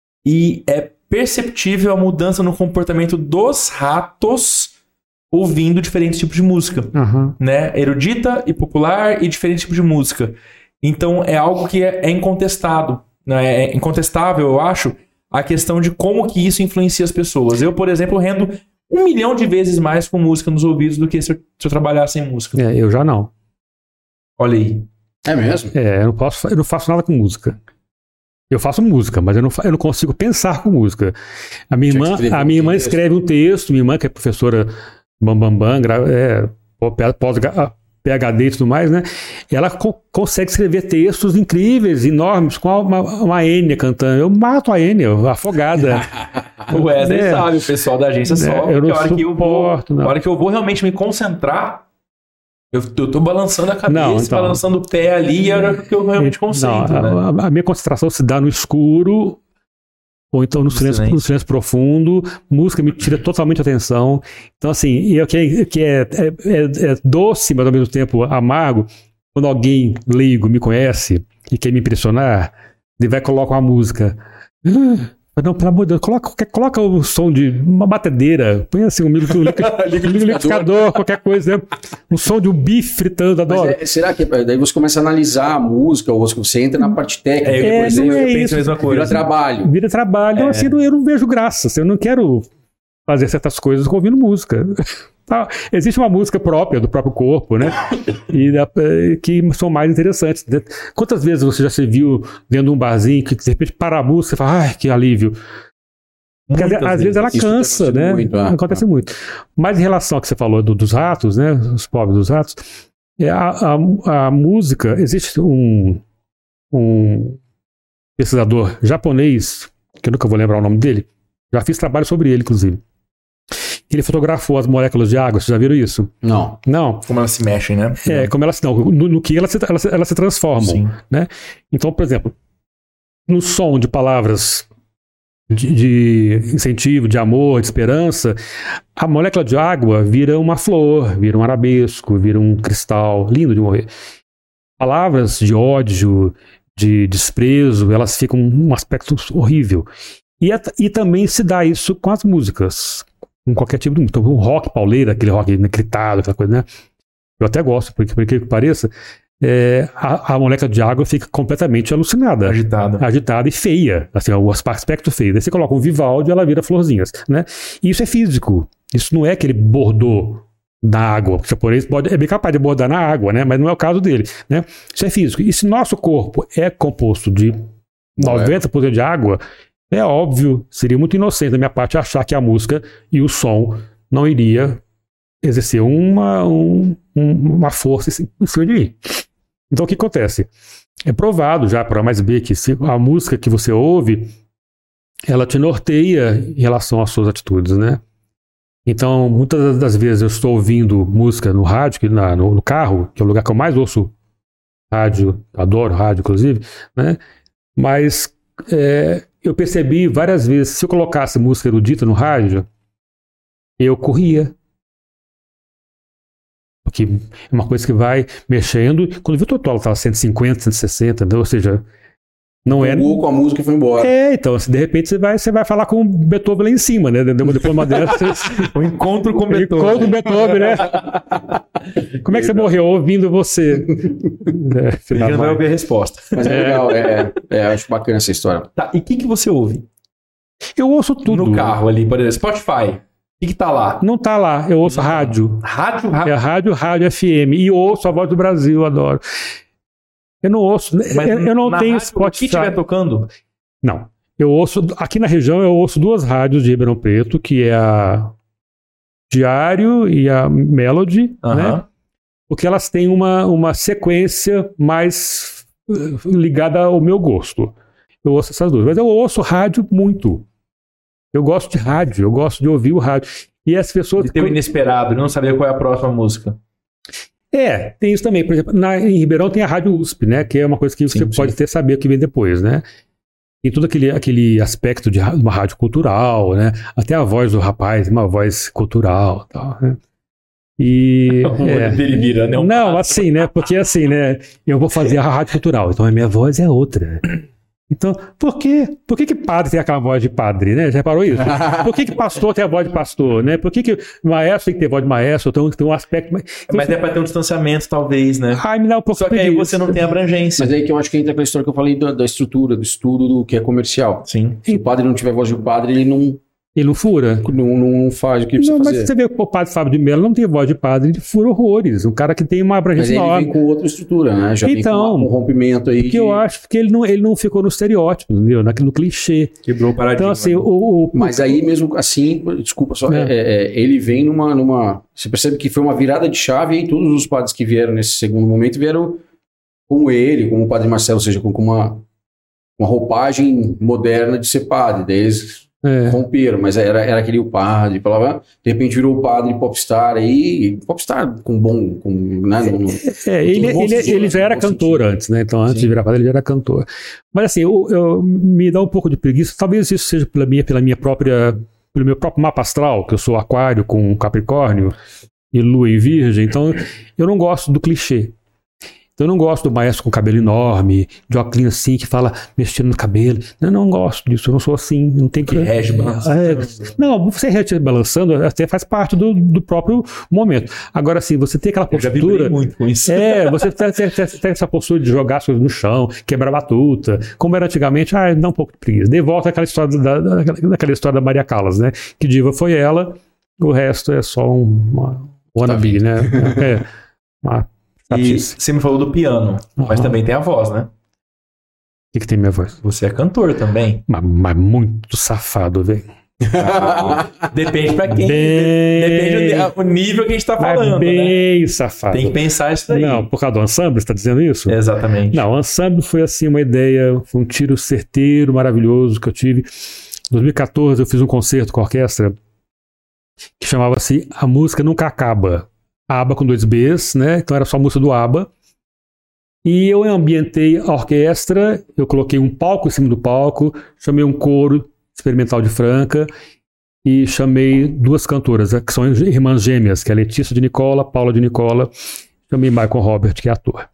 [SPEAKER 2] e é perceptível a mudança no comportamento dos ratos ouvindo diferentes tipos de música,
[SPEAKER 3] Aham.
[SPEAKER 2] né? Erudita e popular e diferentes tipos de música. Então é algo que é, é incontestado, né? É incontestável, eu acho, a questão de como que isso influencia as pessoas. Eu, por exemplo, rendo um milhão de vezes mais com música nos ouvidos do que se eu, se eu trabalhasse sem música.
[SPEAKER 3] É, eu já não.
[SPEAKER 2] Olha aí.
[SPEAKER 1] É mesmo?
[SPEAKER 3] É, eu não posso, eu não faço nada com música. Eu faço música, mas eu não, fa- eu não consigo pensar com música. A minha
[SPEAKER 1] Tinha que
[SPEAKER 3] irmã,
[SPEAKER 1] escrever
[SPEAKER 3] a
[SPEAKER 1] um
[SPEAKER 3] minha irmã
[SPEAKER 1] texto.
[SPEAKER 3] escreve um texto, minha irmã que é professora Bambambam, gra- é, pós P H D e tudo mais, né? Ela co- consegue escrever textos incríveis, enormes, com uma, uma Enya cantando. Eu mato a Enya, afogada.
[SPEAKER 2] O Wesley
[SPEAKER 3] É.
[SPEAKER 2] sabe, o pessoal da agência
[SPEAKER 3] É,
[SPEAKER 2] só.
[SPEAKER 3] eu não
[SPEAKER 2] a hora que eu
[SPEAKER 3] suporto,
[SPEAKER 2] vou,
[SPEAKER 3] não.
[SPEAKER 2] a hora que eu vou realmente me concentrar, eu, eu tô balançando a cabeça,
[SPEAKER 3] Não, então.
[SPEAKER 2] balançando o pé ali, e é a hora que eu realmente concentro,
[SPEAKER 3] Não,
[SPEAKER 2] né?
[SPEAKER 3] a, a minha concentração se dá no escuro, ou então no silêncio,
[SPEAKER 2] silêncio.
[SPEAKER 3] no silêncio profundo. Música me tira totalmente a atenção. Então, assim, e o que, é, que é, é, é doce, mas ao mesmo tempo amargo, quando alguém leigo me conhece e quer me impressionar, ele vai e coloca uma música. Ah, não, pelo amor de Deus, coloca, qualquer- coloca o som de uma batedeira, põe assim um liquidificador, liquidificador, qualquer coisa, né? Um som de um bife fritando,
[SPEAKER 1] Mas
[SPEAKER 3] adoro.
[SPEAKER 1] é- será que daí você começa a analisar a música, ou você entra na parte técnica,
[SPEAKER 2] É, eu,
[SPEAKER 3] É,
[SPEAKER 1] por exemplo,
[SPEAKER 3] não é
[SPEAKER 2] eu penso
[SPEAKER 3] isso.
[SPEAKER 2] a mesma
[SPEAKER 1] vira
[SPEAKER 2] coisa.
[SPEAKER 1] trabalho.
[SPEAKER 3] Vira trabalho,
[SPEAKER 2] É.
[SPEAKER 3] assim, eu não- eu não vejo graça, assim, eu não quero fazer certas coisas ouvindo música. Tá, existe uma música própria do próprio corpo, né? E da- eh, que são mais interessantes. né? Quantas vezes você já se viu dentro de um barzinho que de repente para a música e fala, ai, que alívio. Porque às,
[SPEAKER 2] Muitas
[SPEAKER 3] às vezes ela
[SPEAKER 1] Isso
[SPEAKER 3] cansa,
[SPEAKER 1] tem acontecido
[SPEAKER 3] né?
[SPEAKER 1] muito, ah,
[SPEAKER 3] Acontece muito. Mas em relação ao que você falou do- dos ratos, né? Os pobres dos ratos, é, a, a, a música, existe um, um pesquisador japonês, que eu nunca vou lembrar o nome dele, já fiz trabalho sobre ele, inclusive. Ele fotografou as moléculas de água, vocês já viram isso?
[SPEAKER 1] Não.
[SPEAKER 3] Não.
[SPEAKER 2] Como elas se mexem, né?
[SPEAKER 3] É, como elas, não, no, no que elas se, elas, se- elas se transformam.
[SPEAKER 2] Sim.
[SPEAKER 3] Então, por exemplo, no som de palavras de, de incentivo, de amor, de esperança, a molécula de água vira uma flor, vira um arabesco, vira um cristal, lindo de morrer. Palavras de ódio, de desprezo, elas ficam um aspecto horrível. E, é- e também se dá isso com as músicas, com qualquer tipo de música. Então, o rock pauleira, aquele rock gritado, aquela coisa, né? Eu até gosto, porque por incrível que pareça, é, a, a molécula de água fica completamente alucinada,
[SPEAKER 2] Agitada.
[SPEAKER 3] agitada e feia, assim, o aspecto feio. Daí você coloca um Vivaldi e ela vira florzinhas, né? E isso é físico, isso não é aquele bordô da água, porque o japonês pode, é bem capaz de bordar na água, né? Mas não é o caso dele, né? Isso é físico. E se nosso corpo é composto de noventa por cento de água, é óbvio, seria muito inocente da minha parte achar que a música e o som não iria exercer uma, um, um- uma força em cima de mim. Então o que acontece? É provado já por A mais B que se a música que você ouve, ela te norteia em relação às suas atitudes, né? Então, muitas das vezes eu estou ouvindo música no rádio, que na- no, no carro, que é o lugar que eu mais ouço rádio, adoro rádio, inclusive, né? Mas é, eu percebi várias vezes, se eu colocasse música erudita no rádio, eu corria. Porque é uma coisa que vai mexendo. Quando eu vi o total, estava cento e cinquenta, cento e sessenta, né? Ou seja, não é.
[SPEAKER 1] Jogou com a música e foi embora.
[SPEAKER 3] É, então, assim, de repente você vai, você vai falar com o Beethoven lá em cima, né? Depois de uma dessas.
[SPEAKER 2] O encontro com Beethoven.
[SPEAKER 3] Encontro com Beethoven, né? Como é que você morreu? Ouvindo você. É,
[SPEAKER 2] A gente não vai ouvir a resposta.
[SPEAKER 1] Mas é legal, é, é, eu acho bacana essa história.
[SPEAKER 2] Tá, e o que, que você ouve?
[SPEAKER 3] Eu ouço tudo.
[SPEAKER 2] No carro ali, por exemplo, Spotify. O que, que tá lá?
[SPEAKER 3] Não tá lá, eu ouço rádio.
[SPEAKER 2] Rádio,
[SPEAKER 3] É
[SPEAKER 2] rádio.
[SPEAKER 3] rádio, rádio F M. E ouço a Voz do Brasil, adoro. Eu não ouço,
[SPEAKER 2] Mas
[SPEAKER 3] eu, eu não
[SPEAKER 2] na
[SPEAKER 3] tenho
[SPEAKER 2] rádio,
[SPEAKER 3] Spotify.
[SPEAKER 2] O que estiver tocando?
[SPEAKER 3] Não. Eu ouço, aqui na região eu ouço duas rádios de Ribeirão Preto, que é a Diário e a Melody, né?
[SPEAKER 2] Aham.
[SPEAKER 3] Porque elas têm uma, uma sequência mais eh, ligada ao meu gosto. Eu ouço essas duas. Mas eu ouço rádio muito. Eu gosto de rádio, eu gosto de ouvir o rádio. E as pessoas...
[SPEAKER 2] De ter o inesperado, não saber qual é a próxima música.
[SPEAKER 3] É, tem isso também. Por exemplo, na, em Ribeirão tem a Rádio U S P, né? Que é uma coisa que
[SPEAKER 2] Sim,
[SPEAKER 3] você
[SPEAKER 2] sim.
[SPEAKER 3] pode até saber o que vem depois, né? Tem todo aquele, aquele aspecto de ra- uma rádio cultural, né? Até a voz do rapaz, uma voz cultural e tal, né? E...
[SPEAKER 2] O olho
[SPEAKER 3] é.
[SPEAKER 2] dele virando é um
[SPEAKER 3] Não,
[SPEAKER 2] pato.
[SPEAKER 3] assim, né? Porque assim, né? Eu vou fazer a rádio cultural, então a minha voz é outra. Então, por quê? Por que que padre tem aquela voz de padre, né? Já reparou isso? Por que que pastor tem a voz de pastor, né? Por que que maestro tem que ter voz de maestro? Então tem um aspecto...
[SPEAKER 2] Mas é pra ter um distanciamento, talvez, né?
[SPEAKER 3] Ai, me dá um pouco
[SPEAKER 2] Só que aí
[SPEAKER 3] preguiça.
[SPEAKER 2] você não tem abrangência.
[SPEAKER 1] Mas aí que eu acho que entra aquela história que eu falei da, da estrutura, do estudo do que é comercial.
[SPEAKER 2] Sim.
[SPEAKER 1] Se o padre não tiver voz de padre, ele não,
[SPEAKER 3] Ele não fura?
[SPEAKER 1] Não, não faz o que precisa
[SPEAKER 3] Não, mas
[SPEAKER 1] fazer.
[SPEAKER 3] você vê o padre Fábio de Mello não tem voz de padre, ele fura horrores. Um cara que tem uma
[SPEAKER 1] Mas
[SPEAKER 3] abrangência
[SPEAKER 1] ele
[SPEAKER 3] enorme.
[SPEAKER 1] vem com outra estrutura, né? Já
[SPEAKER 3] Então,
[SPEAKER 1] vem com um rompimento aí.
[SPEAKER 3] Que
[SPEAKER 1] de-
[SPEAKER 3] eu acho que ele não, ele não ficou no estereótipo, entendeu? Naquele, no clichê.
[SPEAKER 2] Quebrou o paradigma.
[SPEAKER 3] Então, assim, o, o-
[SPEAKER 1] Mas aí mesmo assim, desculpa só,
[SPEAKER 3] É.
[SPEAKER 1] é, é, ele vem numa, numa. Você percebe que foi uma virada de chave e aí todos os padres que vieram nesse segundo momento vieram como ele, como o padre Marcelo, ou seja, com com uma, uma roupagem moderna de ser padre. Daí eles
[SPEAKER 3] é,
[SPEAKER 1] romperam, mas era, era aquele o padre, falava, de repente virou o padre popstar aí, popstar com bom, com, né, no, no,
[SPEAKER 3] é, ele,
[SPEAKER 1] bom
[SPEAKER 3] ele,
[SPEAKER 1] sentido,
[SPEAKER 3] ele já
[SPEAKER 1] no
[SPEAKER 3] era
[SPEAKER 1] bom
[SPEAKER 3] cantor
[SPEAKER 1] sentido.
[SPEAKER 3] antes, né? Então, antes
[SPEAKER 1] Sim.
[SPEAKER 3] de virar padre, ele já era cantor. Mas, assim, eu, eu- me dá um pouco de preguiça. Talvez isso seja pela minha, pela minha própria, pelo meu próprio mapa astral, que eu sou aquário com Capricórnio e Lua em Virgem. Então, eu não gosto do clichê. Então, eu não gosto do maestro com cabelo enorme, de óculos assim, que fala mexendo no cabelo. Eu não gosto disso, eu não sou assim. Não tem que.
[SPEAKER 2] Que rege balançando.
[SPEAKER 3] É, não, você rege balançando até faz parte do, do próprio momento. Agora, assim, você tem aquela
[SPEAKER 2] Eu já
[SPEAKER 3] postura.
[SPEAKER 2] vibrei muito com isso.
[SPEAKER 3] É, você tem, tem- tem- tem essa postura de jogar as coisas no chão, quebrar batuta, como era antigamente, ah, dá um pouco de preguiça. De volta àquela história da, da- daquela história da Maria Callas, né? Que diva foi ela, o resto é só um, uma wannabe, né? É, uma
[SPEAKER 2] E
[SPEAKER 3] chatice.
[SPEAKER 2] você me falou do piano, mas
[SPEAKER 3] Aham.
[SPEAKER 2] também tem a voz, né?
[SPEAKER 3] O que, que tem minha voz?
[SPEAKER 2] Você é cantor também.
[SPEAKER 3] Mas, mas muito safado, velho.
[SPEAKER 2] Depende pra quem.
[SPEAKER 3] Bem-
[SPEAKER 2] Depende do o nível que a gente tá
[SPEAKER 3] Mas
[SPEAKER 2] falando, né?
[SPEAKER 3] bem safado.
[SPEAKER 2] Tem que pensar isso daí.
[SPEAKER 3] Não, por causa do ensemble, você tá dizendo isso?
[SPEAKER 2] Exatamente.
[SPEAKER 3] Não, o ensemble foi assim uma ideia, foi um tiro certeiro, maravilhoso que eu tive. Em dois mil e catorze eu fiz um concerto com a orquestra que chamava-se A Música Nunca Acaba. ABBA com dois Bs, né? Então era só a música do ABBA. E eu ambientei a orquestra, eu coloquei um palco em cima do palco, chamei um coro experimental de Franca e chamei duas cantoras, que são irmãs gêmeas, que é a Letícia de Nicola, Paula de Nicola, chamei Michael Robert, que é ator.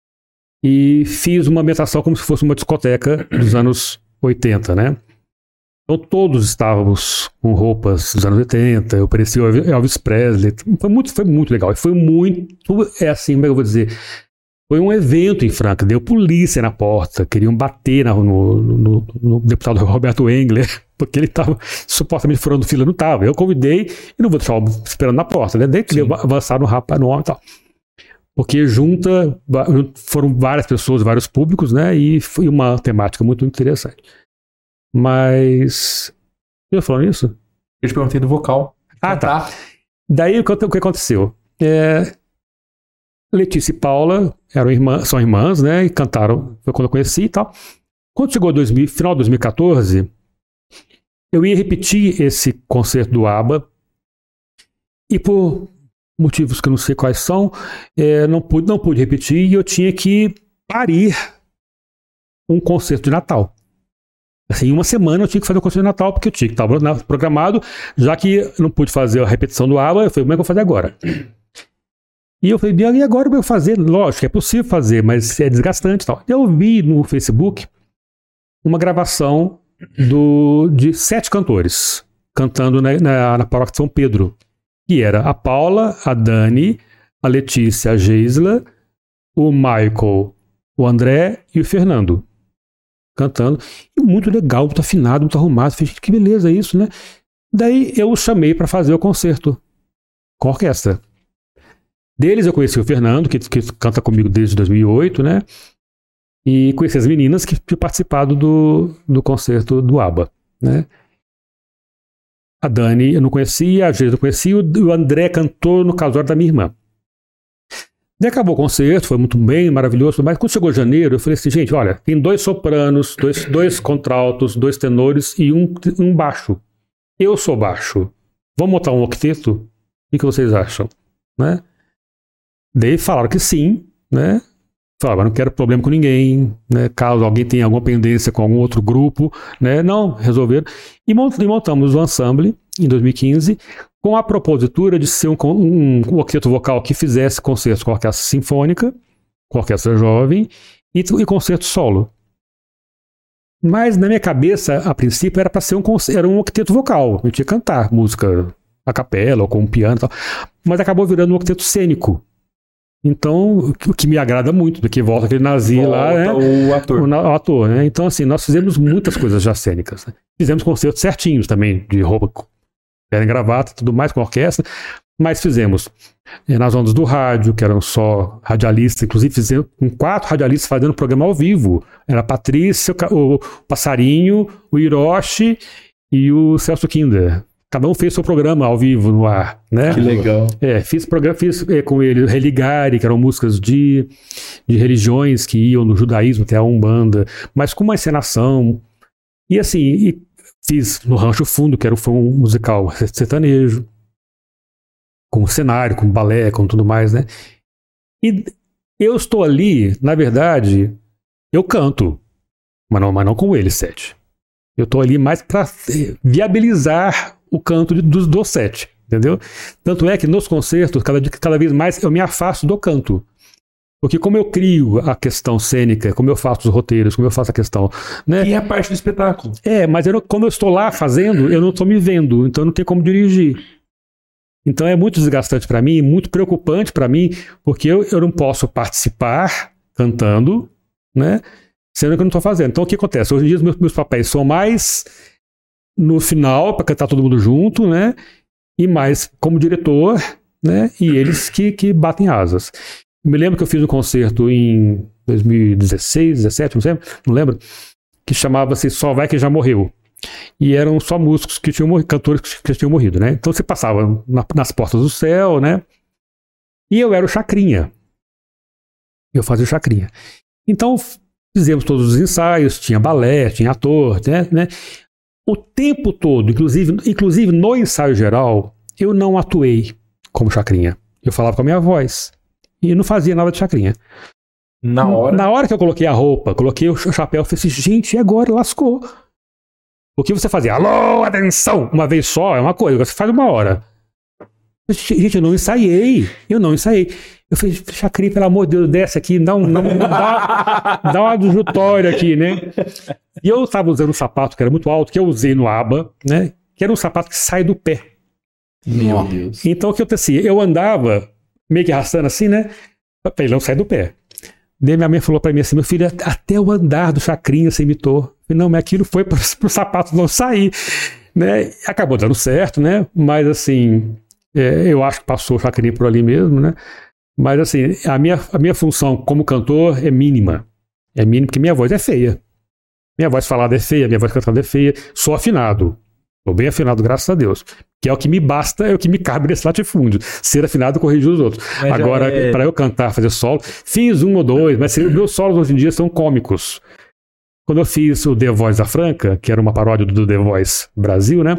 [SPEAKER 3] E fiz uma ambientação como se fosse uma discoteca dos anos oitenta, né? Então todos estávamos com roupas dos anos oitenta, eu parecia o Elvis Presley, foi muito, foi muito legal, e foi muito, é assim, como é que eu vou dizer, foi um evento em Franca, deu polícia na porta, queriam bater na- no, no- no deputado Roberto Engler, porque ele estava supostamente furando fila, não estava, eu convidei e não vou deixar o homem esperando na porta, né? Daí que avançaram no rapaz, no homem e tal. Porque junta, foram várias pessoas, vários públicos, né? E foi uma temática muito interessante. Mas. Eu falando isso?
[SPEAKER 2] Eu te perguntei do vocal.
[SPEAKER 3] Ah, tá.
[SPEAKER 2] Cantar.
[SPEAKER 3] Daí o que, o que aconteceu? É, Letícia e Paula eram irmãs, são irmãs, né? E cantaram, foi quando eu conheci e tal. Quando chegou dois mil, final de dois mil e catorze, eu ia repetir esse concerto do ABBA e por motivos que eu não sei quais são, é, não, pude, não pude repetir e eu tinha que parir um concerto de Natal. Assim, em uma semana eu tinha que fazer o concerto de Natal porque eu tinha que estar programado, já que eu não pude fazer a repetição do ABBA, eu falei, como é que eu vou fazer agora? E eu falei, e agora eu vou fazer? Lógico, é possível fazer, mas é desgastante e tal. Eu vi no Facebook uma gravação do, de sete cantores cantando na, na, na paróquia de São Pedro, que era a Paula, a Dani, a Letícia, a Geisla, o Michael, o André e o Fernando cantando. E muito legal, muito afinado, muito arrumado. Falei, gente, que beleza isso, né? Daí eu o chamei para fazer o concerto com a orquestra. Deles eu conheci o Fernando, que, que canta comigo desde dois mil e oito, né? E conheci as meninas que tinham participado do, do concerto do ABBA, né? A Dani eu não conhecia, a Geisa eu não conhecia, o André cantou no casório da minha irmã. Daí acabou o concerto, foi muito bem, maravilhoso, mas quando chegou janeiro, eu falei assim, gente, olha, tem dois sopranos, dois, dois contraltos, dois tenores e um, um baixo. Eu sou baixo. Vamos montar um octeto? O que vocês acham? Né? Daí falaram que sim, né? Falaram, não quero problema com ninguém, né? Caso alguém tenha alguma pendência com algum outro grupo, né? Não, resolveram. E montamos o ensemble em dois mil e quinze com a propositura de ser um, um, um octeto vocal que fizesse concertos com a orquestra sinfônica, com a orquestra jovem e, e concerto solo. Mas na minha cabeça, a princípio, era para ser um, era um octeto vocal. A gente ia cantar música a capela ou com um piano e tal. Mas acabou virando um octeto cênico. Então, o que- o que me agrada muito, porque volta aquele nazi lá, né?
[SPEAKER 2] Volta o ator.
[SPEAKER 3] O, na- o ator, né? Então, assim, nós fizemos muitas coisas já cênicas. Né? Fizemos concertos certinhos também, de roupa, com pele e gravata, tudo mais, com orquestra. Mas fizemos eh, nas ondas do rádio, que eram só radialistas, inclusive fizemos com quatro radialistas fazendo programa ao vivo. Era a Patrícia, o, Ca- o Passarinho, o Hiroshi e o Celso Kinder. Cada um fez seu programa ao vivo no ar, né?
[SPEAKER 2] Que legal.
[SPEAKER 3] É, fiz programa, fiz é, com ele Religare, que eram músicas de, de religiões que iam no judaísmo até a Umbanda, mas com uma encenação. E assim, e fiz no Rancho Fundo, que era, foi um musical sertanejo, com cenário, com balé, com tudo mais, né? E eu estou ali, na verdade, eu canto, mas não, mas não com ele, sete. Eu estou ali mais para viabilizar o canto de, dos, dos sete, entendeu? Tanto é que nos concertos, cada, cada vez mais eu me afasto do canto. Porque como eu crio a questão cênica, como eu faço os roteiros, como eu faço a questão, né?
[SPEAKER 2] E é a parte do espetáculo.
[SPEAKER 3] É, mas eu não- como eu estou lá fazendo, eu não estou me vendo, então não tem como dirigir. Então é muito desgastante para mim, muito preocupante para mim, porque eu, eu não posso participar cantando, né? Sendo que eu não estou fazendo. Então o que acontece? Hoje em dia os meus, meus papéis são mais no final, para cantar todo mundo junto, né? E mais como diretor, né? E eles que, que batem asas. Eu me lembro que eu fiz um concerto em dois mil e dezesseis, dezessete, não sei, não lembro, que chamava-se Só Vai Que Já Morreu. E eram só músicos que tinham morrido, cantores que, que tinham morrido, né? Então você passava na- nas portas do céu, né? E eu era o Chacrinha. Eu fazia o Chacrinha. Então f- fizemos todos os ensaios, tinha balé, tinha ator, né? né? O tempo todo, inclusive, inclusive no ensaio geral, eu não atuei como Chacrinha. Eu falava com a minha voz. E não fazia nada de Chacrinha.
[SPEAKER 2] Na hora.
[SPEAKER 3] Na hora que eu coloquei a roupa, coloquei o ch- chapéu, eu falei assim, gente, e agora? Lascou. O que você fazia? Alô, atenção! Uma vez só é uma coisa, agora você faz uma hora. Gente, eu não ensaiei. Eu não ensaiei. Eu falei, Chacrinha, pelo amor de Deus, desce aqui, dá, um, dá, um- dá, dá uma adjutória aqui, né? E eu estava usando um sapato que era muito alto, que eu usei no ABBA, né? Que era um sapato que sai do pé.
[SPEAKER 2] Meu Deus.
[SPEAKER 3] Então o que acontecia? Eu andava meio que arrastando assim, né? Pra ele não sair do pé. Daí minha mãe falou pra mim assim, meu filho, até o andar do Chacrinha você imitou. Eu falei, não, mas aquilo foi para o sapato não sair, né? Acabou dando certo, né? Mas assim, é, eu acho que passou o Chacrinha por ali mesmo, né? Mas assim, a minha, a minha função como cantor é mínima. É mínima porque minha voz é feia. Minha voz falada é feia, minha voz cantada é feia. Sou afinado. Estou bem afinado, graças a Deus. Que é o que me basta, é o que me cabe nesse latifúndio. Ser afinado e corrigir os outros.
[SPEAKER 2] Mas já
[SPEAKER 3] Agora,
[SPEAKER 2] é-
[SPEAKER 3] para eu cantar, fazer solo, fiz um ou dois, mas os meus solos hoje em dia são cômicos. Quando eu fiz o The Voice da Franca, que era uma paródia do The Voice Brasil, né?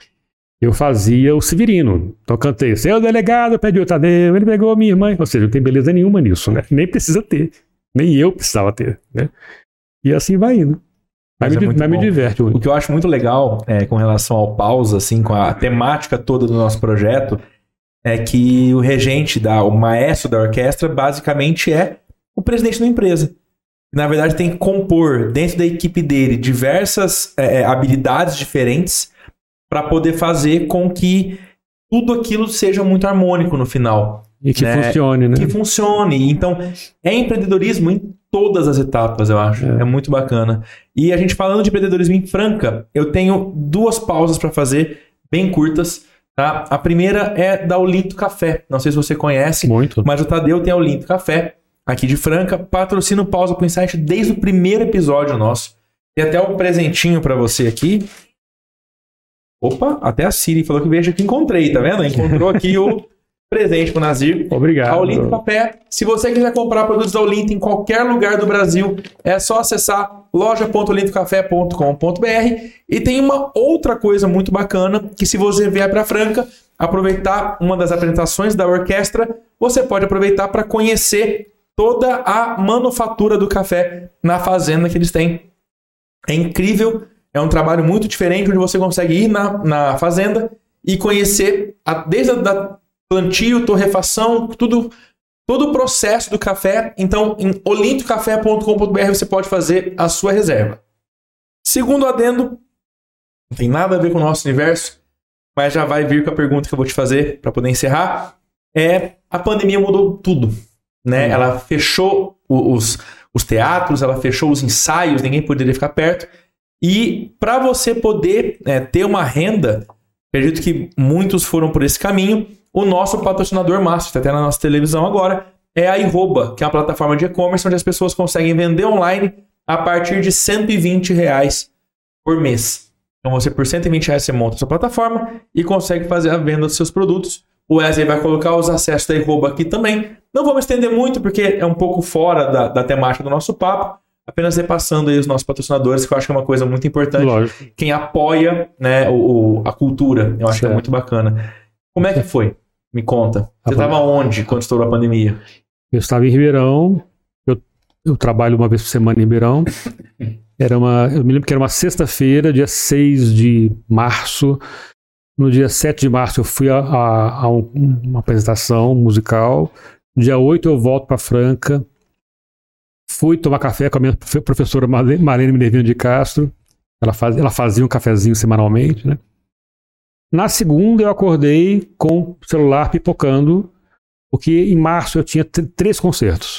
[SPEAKER 3] Eu fazia o Severino. Então eu cantei, seu delegado pediu o Tadeu, ele pegou a minha irmã. Ou seja, não tem beleza nenhuma nisso, né? Nem precisa ter. Nem eu precisava ter, né? E assim vai indo. Mas,
[SPEAKER 2] Mas é
[SPEAKER 3] me,
[SPEAKER 2] muito
[SPEAKER 3] mas me
[SPEAKER 2] bom.
[SPEAKER 3] diverte.
[SPEAKER 2] O que eu acho muito legal é, com relação ao pausa, assim, com a temática toda do nosso projeto, é que o regente, da, o maestro da orquestra, basicamente é o presidente da empresa. Na verdade, tem que compor dentro da equipe dele diversas é, habilidades diferentes para poder fazer com que tudo aquilo seja muito harmônico no final.
[SPEAKER 3] E que
[SPEAKER 2] né?
[SPEAKER 3] funcione, né?
[SPEAKER 2] Que funcione. Então, é empreendedorismo em todas as etapas, eu acho. É. é muito bacana. E a gente falando de empreendedorismo em Franca, eu tenho duas pausas para fazer, bem curtas. Tá? A primeira é da Olinto Café. Não sei se você conhece,
[SPEAKER 3] Muito.
[SPEAKER 2] mas o Tadeu tem a Olinto Café, aqui de Franca. Patrocina o Pausa pro Insight desde o primeiro episódio nosso. Tem até um presentinho para você aqui. Opa, até a Siri falou que veja que encontrei, tá vendo? Encontrou aqui o presente pro Nazir.
[SPEAKER 3] Obrigado.
[SPEAKER 2] A Olinto Café. Se você quiser comprar produtos da Olinto em qualquer lugar do Brasil, é só acessar loja ponto olinto café ponto com ponto b r. E tem uma outra coisa muito bacana, que se você vier para Franca, aproveitar uma das apresentações da orquestra, você pode aproveitar para conhecer toda a manufatura do café na fazenda que eles têm. É incrível, é um trabalho muito diferente, onde você consegue ir na, na fazenda e conhecer a, desde a da plantio, torrefação, tudo, todo o processo do café. Então, em olinto café ponto com ponto b r você pode fazer a sua reserva. Segundo adendo, não tem nada a ver com o nosso universo, mas já vai vir com a pergunta que eu vou te fazer para poder encerrar. É, a pandemia mudou tudo. né? Ela fechou os, os teatros, ela fechou os ensaios, ninguém poderia ficar perto. E para você poder é, ter uma renda, acredito que muitos foram por esse caminho. O nosso patrocinador master, está até na nossa televisão agora, é a iRoba, que é uma plataforma de e-commerce onde as pessoas conseguem vender online a partir de cento e vinte reais por mês. Então você, por cento e vinte reais, você monta a sua plataforma e consegue fazer a venda dos seus produtos. O Wesley vai colocar os acessos da iRoba aqui também. Não vamos estender muito, porque é um pouco fora da, da temática do nosso papo. Apenas repassando aí os nossos patrocinadores, que eu acho que é uma coisa muito importante. Lógico. Quem apoia, né, o, o, a cultura, eu acho certo. Que é muito bacana. Como é que foi? Me conta. Você estava onde quando estourou a pandemia?
[SPEAKER 3] Eu estava em Ribeirão. Eu, eu trabalho uma vez por semana em Ribeirão. Era uma, eu me lembro que era uma sexta-feira, dia seis de março. No dia sete de março eu fui a, a, a um, uma apresentação musical. Dia oito eu volto para Franca. Fui tomar café com a minha professora Marlene Minervino de Castro. Ela, faz, ela fazia um cafezinho semanalmente, né? Na segunda eu acordei com o celular pipocando, porque em março eu tinha t- três concertos.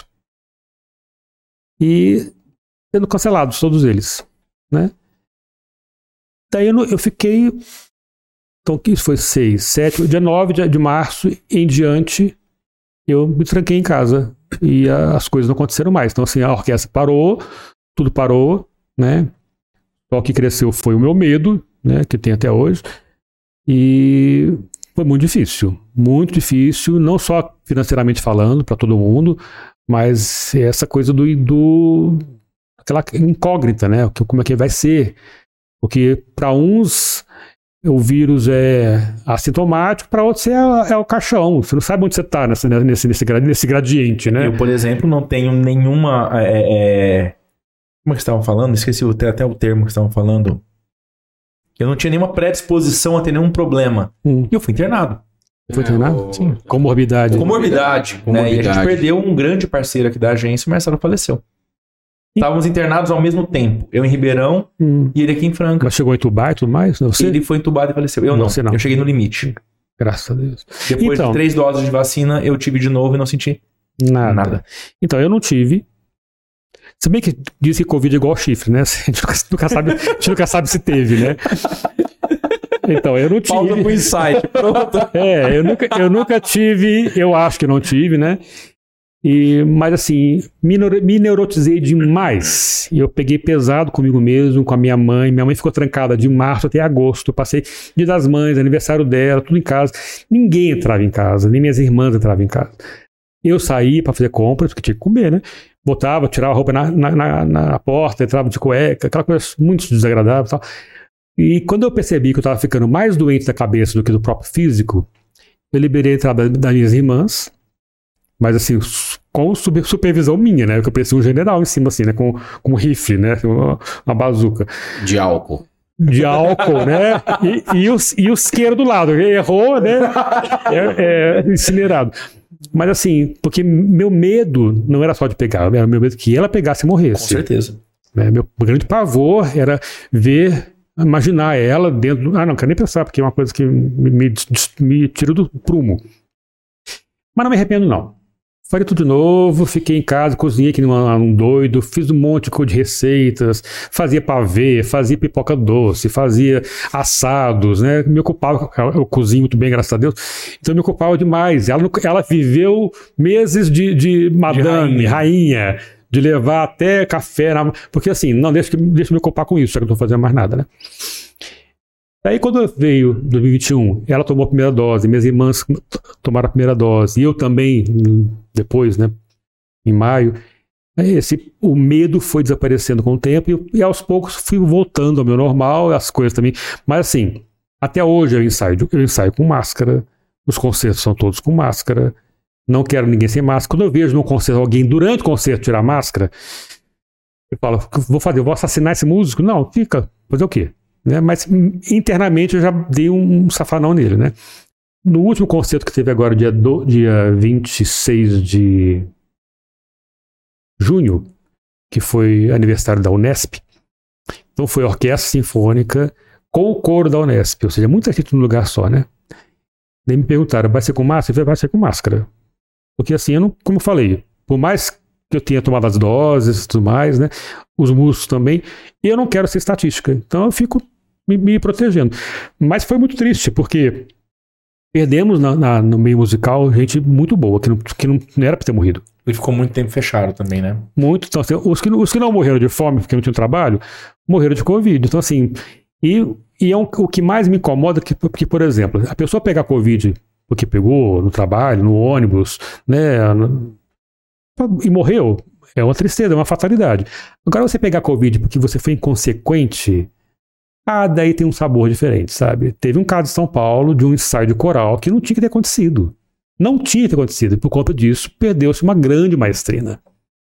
[SPEAKER 3] E sendo cancelados todos eles, né? Daí eu, eu fiquei... Então isso foi seis, sete... Dia nove de, de março em diante, eu me tranquei em casa. E a, as coisas não aconteceram mais. Então assim, a orquestra parou, tudo parou, né? Só o que cresceu foi o meu medo, né? Que tem até hoje. E foi muito difícil, muito difícil, não só financeiramente falando para todo mundo, mas essa coisa do, do aquela incógnita, né? Como é que vai ser? Porque para uns o vírus é assintomático, para outros é, é o caixão. Você não sabe onde você está nesse, nesse, nesse, nesse gradiente, né?
[SPEAKER 2] Eu, por exemplo, não tenho nenhuma... É, é... Como é que estavam falando? Esqueci até o termo que estavam falando. Eu não tinha nenhuma predisposição a ter nenhum problema. Hum. E eu fui internado.
[SPEAKER 3] Foi internado?
[SPEAKER 2] É, o... Sim.
[SPEAKER 3] Comorbidade.
[SPEAKER 2] Comorbidade. Né? E a gente perdeu um grande parceiro aqui da agência, o Marcelo faleceu. Estávamos internados ao mesmo tempo. Eu em Ribeirão hum. e ele aqui em Franca.
[SPEAKER 3] Mas chegou a entubar e tudo mais? Não, você?
[SPEAKER 2] Ele foi entubado e faleceu. Eu não. não. Eu cheguei no limite.
[SPEAKER 3] Graças a Deus.
[SPEAKER 2] Depois então, de três doses de vacina, eu tive de novo e não senti nada. nada.
[SPEAKER 3] Então, eu não tive. Se bem que diz que Covid é igual chifre, né? A gente nunca sabe, a gente nunca sabe se teve, né? Então, eu não tive...
[SPEAKER 2] Pausa pro insight, pronto.
[SPEAKER 3] É, eu nunca, eu nunca tive, eu acho que não tive, né? E, mas assim, me, me neurotizei demais. E eu peguei pesado comigo mesmo, com a minha mãe. Minha mãe ficou trancada de março até agosto. Eu passei Dia das Mães, aniversário dela, tudo em casa. Ninguém entrava em casa, nem minhas irmãs entravam em casa. Eu saía para fazer compras, porque tinha que comer, né? Botava, tirava a roupa na, na, na, na porta, entrava de cueca, aquela coisa muito desagradável e tal. E quando eu percebi que eu estava ficando mais doente da cabeça do que do próprio físico, eu liberei a entrada das minhas irmãs, mas assim, com super, supervisão minha, né? Porque eu parecia um general em cima, assim, né? Com, com um rifle, né? Uma, uma bazuca.
[SPEAKER 1] De álcool.
[SPEAKER 3] De álcool, né? E, e, o, e o isqueiro do lado. Errou, né? É, é incinerado. Mas assim, porque meu medo não era só de pegar, era meu medo que ela pegasse e morresse.
[SPEAKER 2] Com certeza.
[SPEAKER 3] Né? Meu grande pavor era ver, imaginar ela dentro... Ah, não quero nem pensar, porque é uma coisa que me, me, me tira do prumo. Mas não me arrependo, não. Farei tudo de novo, fiquei em casa, cozinhei que nem um doido, fiz um monte de receitas, fazia pavê, fazia pipoca doce, fazia assados, né? Me ocupava, eu cozinho muito bem, graças a Deus, então me ocupava demais. Ela, ela viveu meses de, de madame, de rainha. rainha, de levar até café, na, porque assim, não, deixa, deixa eu me ocupar com isso, já que eu não estou fazendo mais nada, né? Aí quando veio dois mil e vinte e um, ela tomou a primeira dose, minhas irmãs tomaram a primeira dose, e eu também, depois, né, em maio, esse, o medo foi desaparecendo com o tempo, e, e aos poucos fui voltando ao meu normal, as coisas também, mas assim, até hoje eu ensaio, eu ensaio com máscara, os concertos são todos com máscara, não quero ninguém sem máscara. Quando eu vejo num concerto alguém durante o concerto tirar máscara, eu falo, o que eu vou fazer? Eu vou assassinar esse músico? Não, fica, fazer o quê? Né? Mas internamente eu já dei um safanão nele, né? No último concerto que teve agora, dia, do, dia vinte e seis de junho, que foi aniversário da Unesp, então foi a Orquestra Sinfônica com o coro da Unesp, ou seja, muita gente num lugar só, né? Daí me perguntaram, vai ser com máscara? Eu falei, vai ser com máscara. Porque assim, eu não, como eu falei, por mais que eu tenha tomado as doses e tudo mais, né? Os músicos também, eu não quero ser estatística. Então eu fico me, me protegendo. Mas foi muito triste, porque perdemos na, na, no meio musical gente muito boa, que não, que não, não era para ter morrido.
[SPEAKER 2] Ele ficou muito tempo fechado também, né?
[SPEAKER 3] Muito. Então, assim, os, que, os que não morreram de fome, porque não tinham trabalho, morreram de Covid. Então, assim, e, e é um, o que mais me incomoda, que, que, por exemplo, a pessoa pegar Covid porque pegou no trabalho, no ônibus, né, no, e morreu, é uma tristeza, é uma fatalidade. Agora, você pegar Covid porque você foi inconsequente, ah, daí tem um sabor diferente, sabe? Teve um caso em São Paulo de um ensaio de coral que não tinha que ter acontecido. Não tinha que ter acontecido. E por conta disso, perdeu-se uma grande maestrina.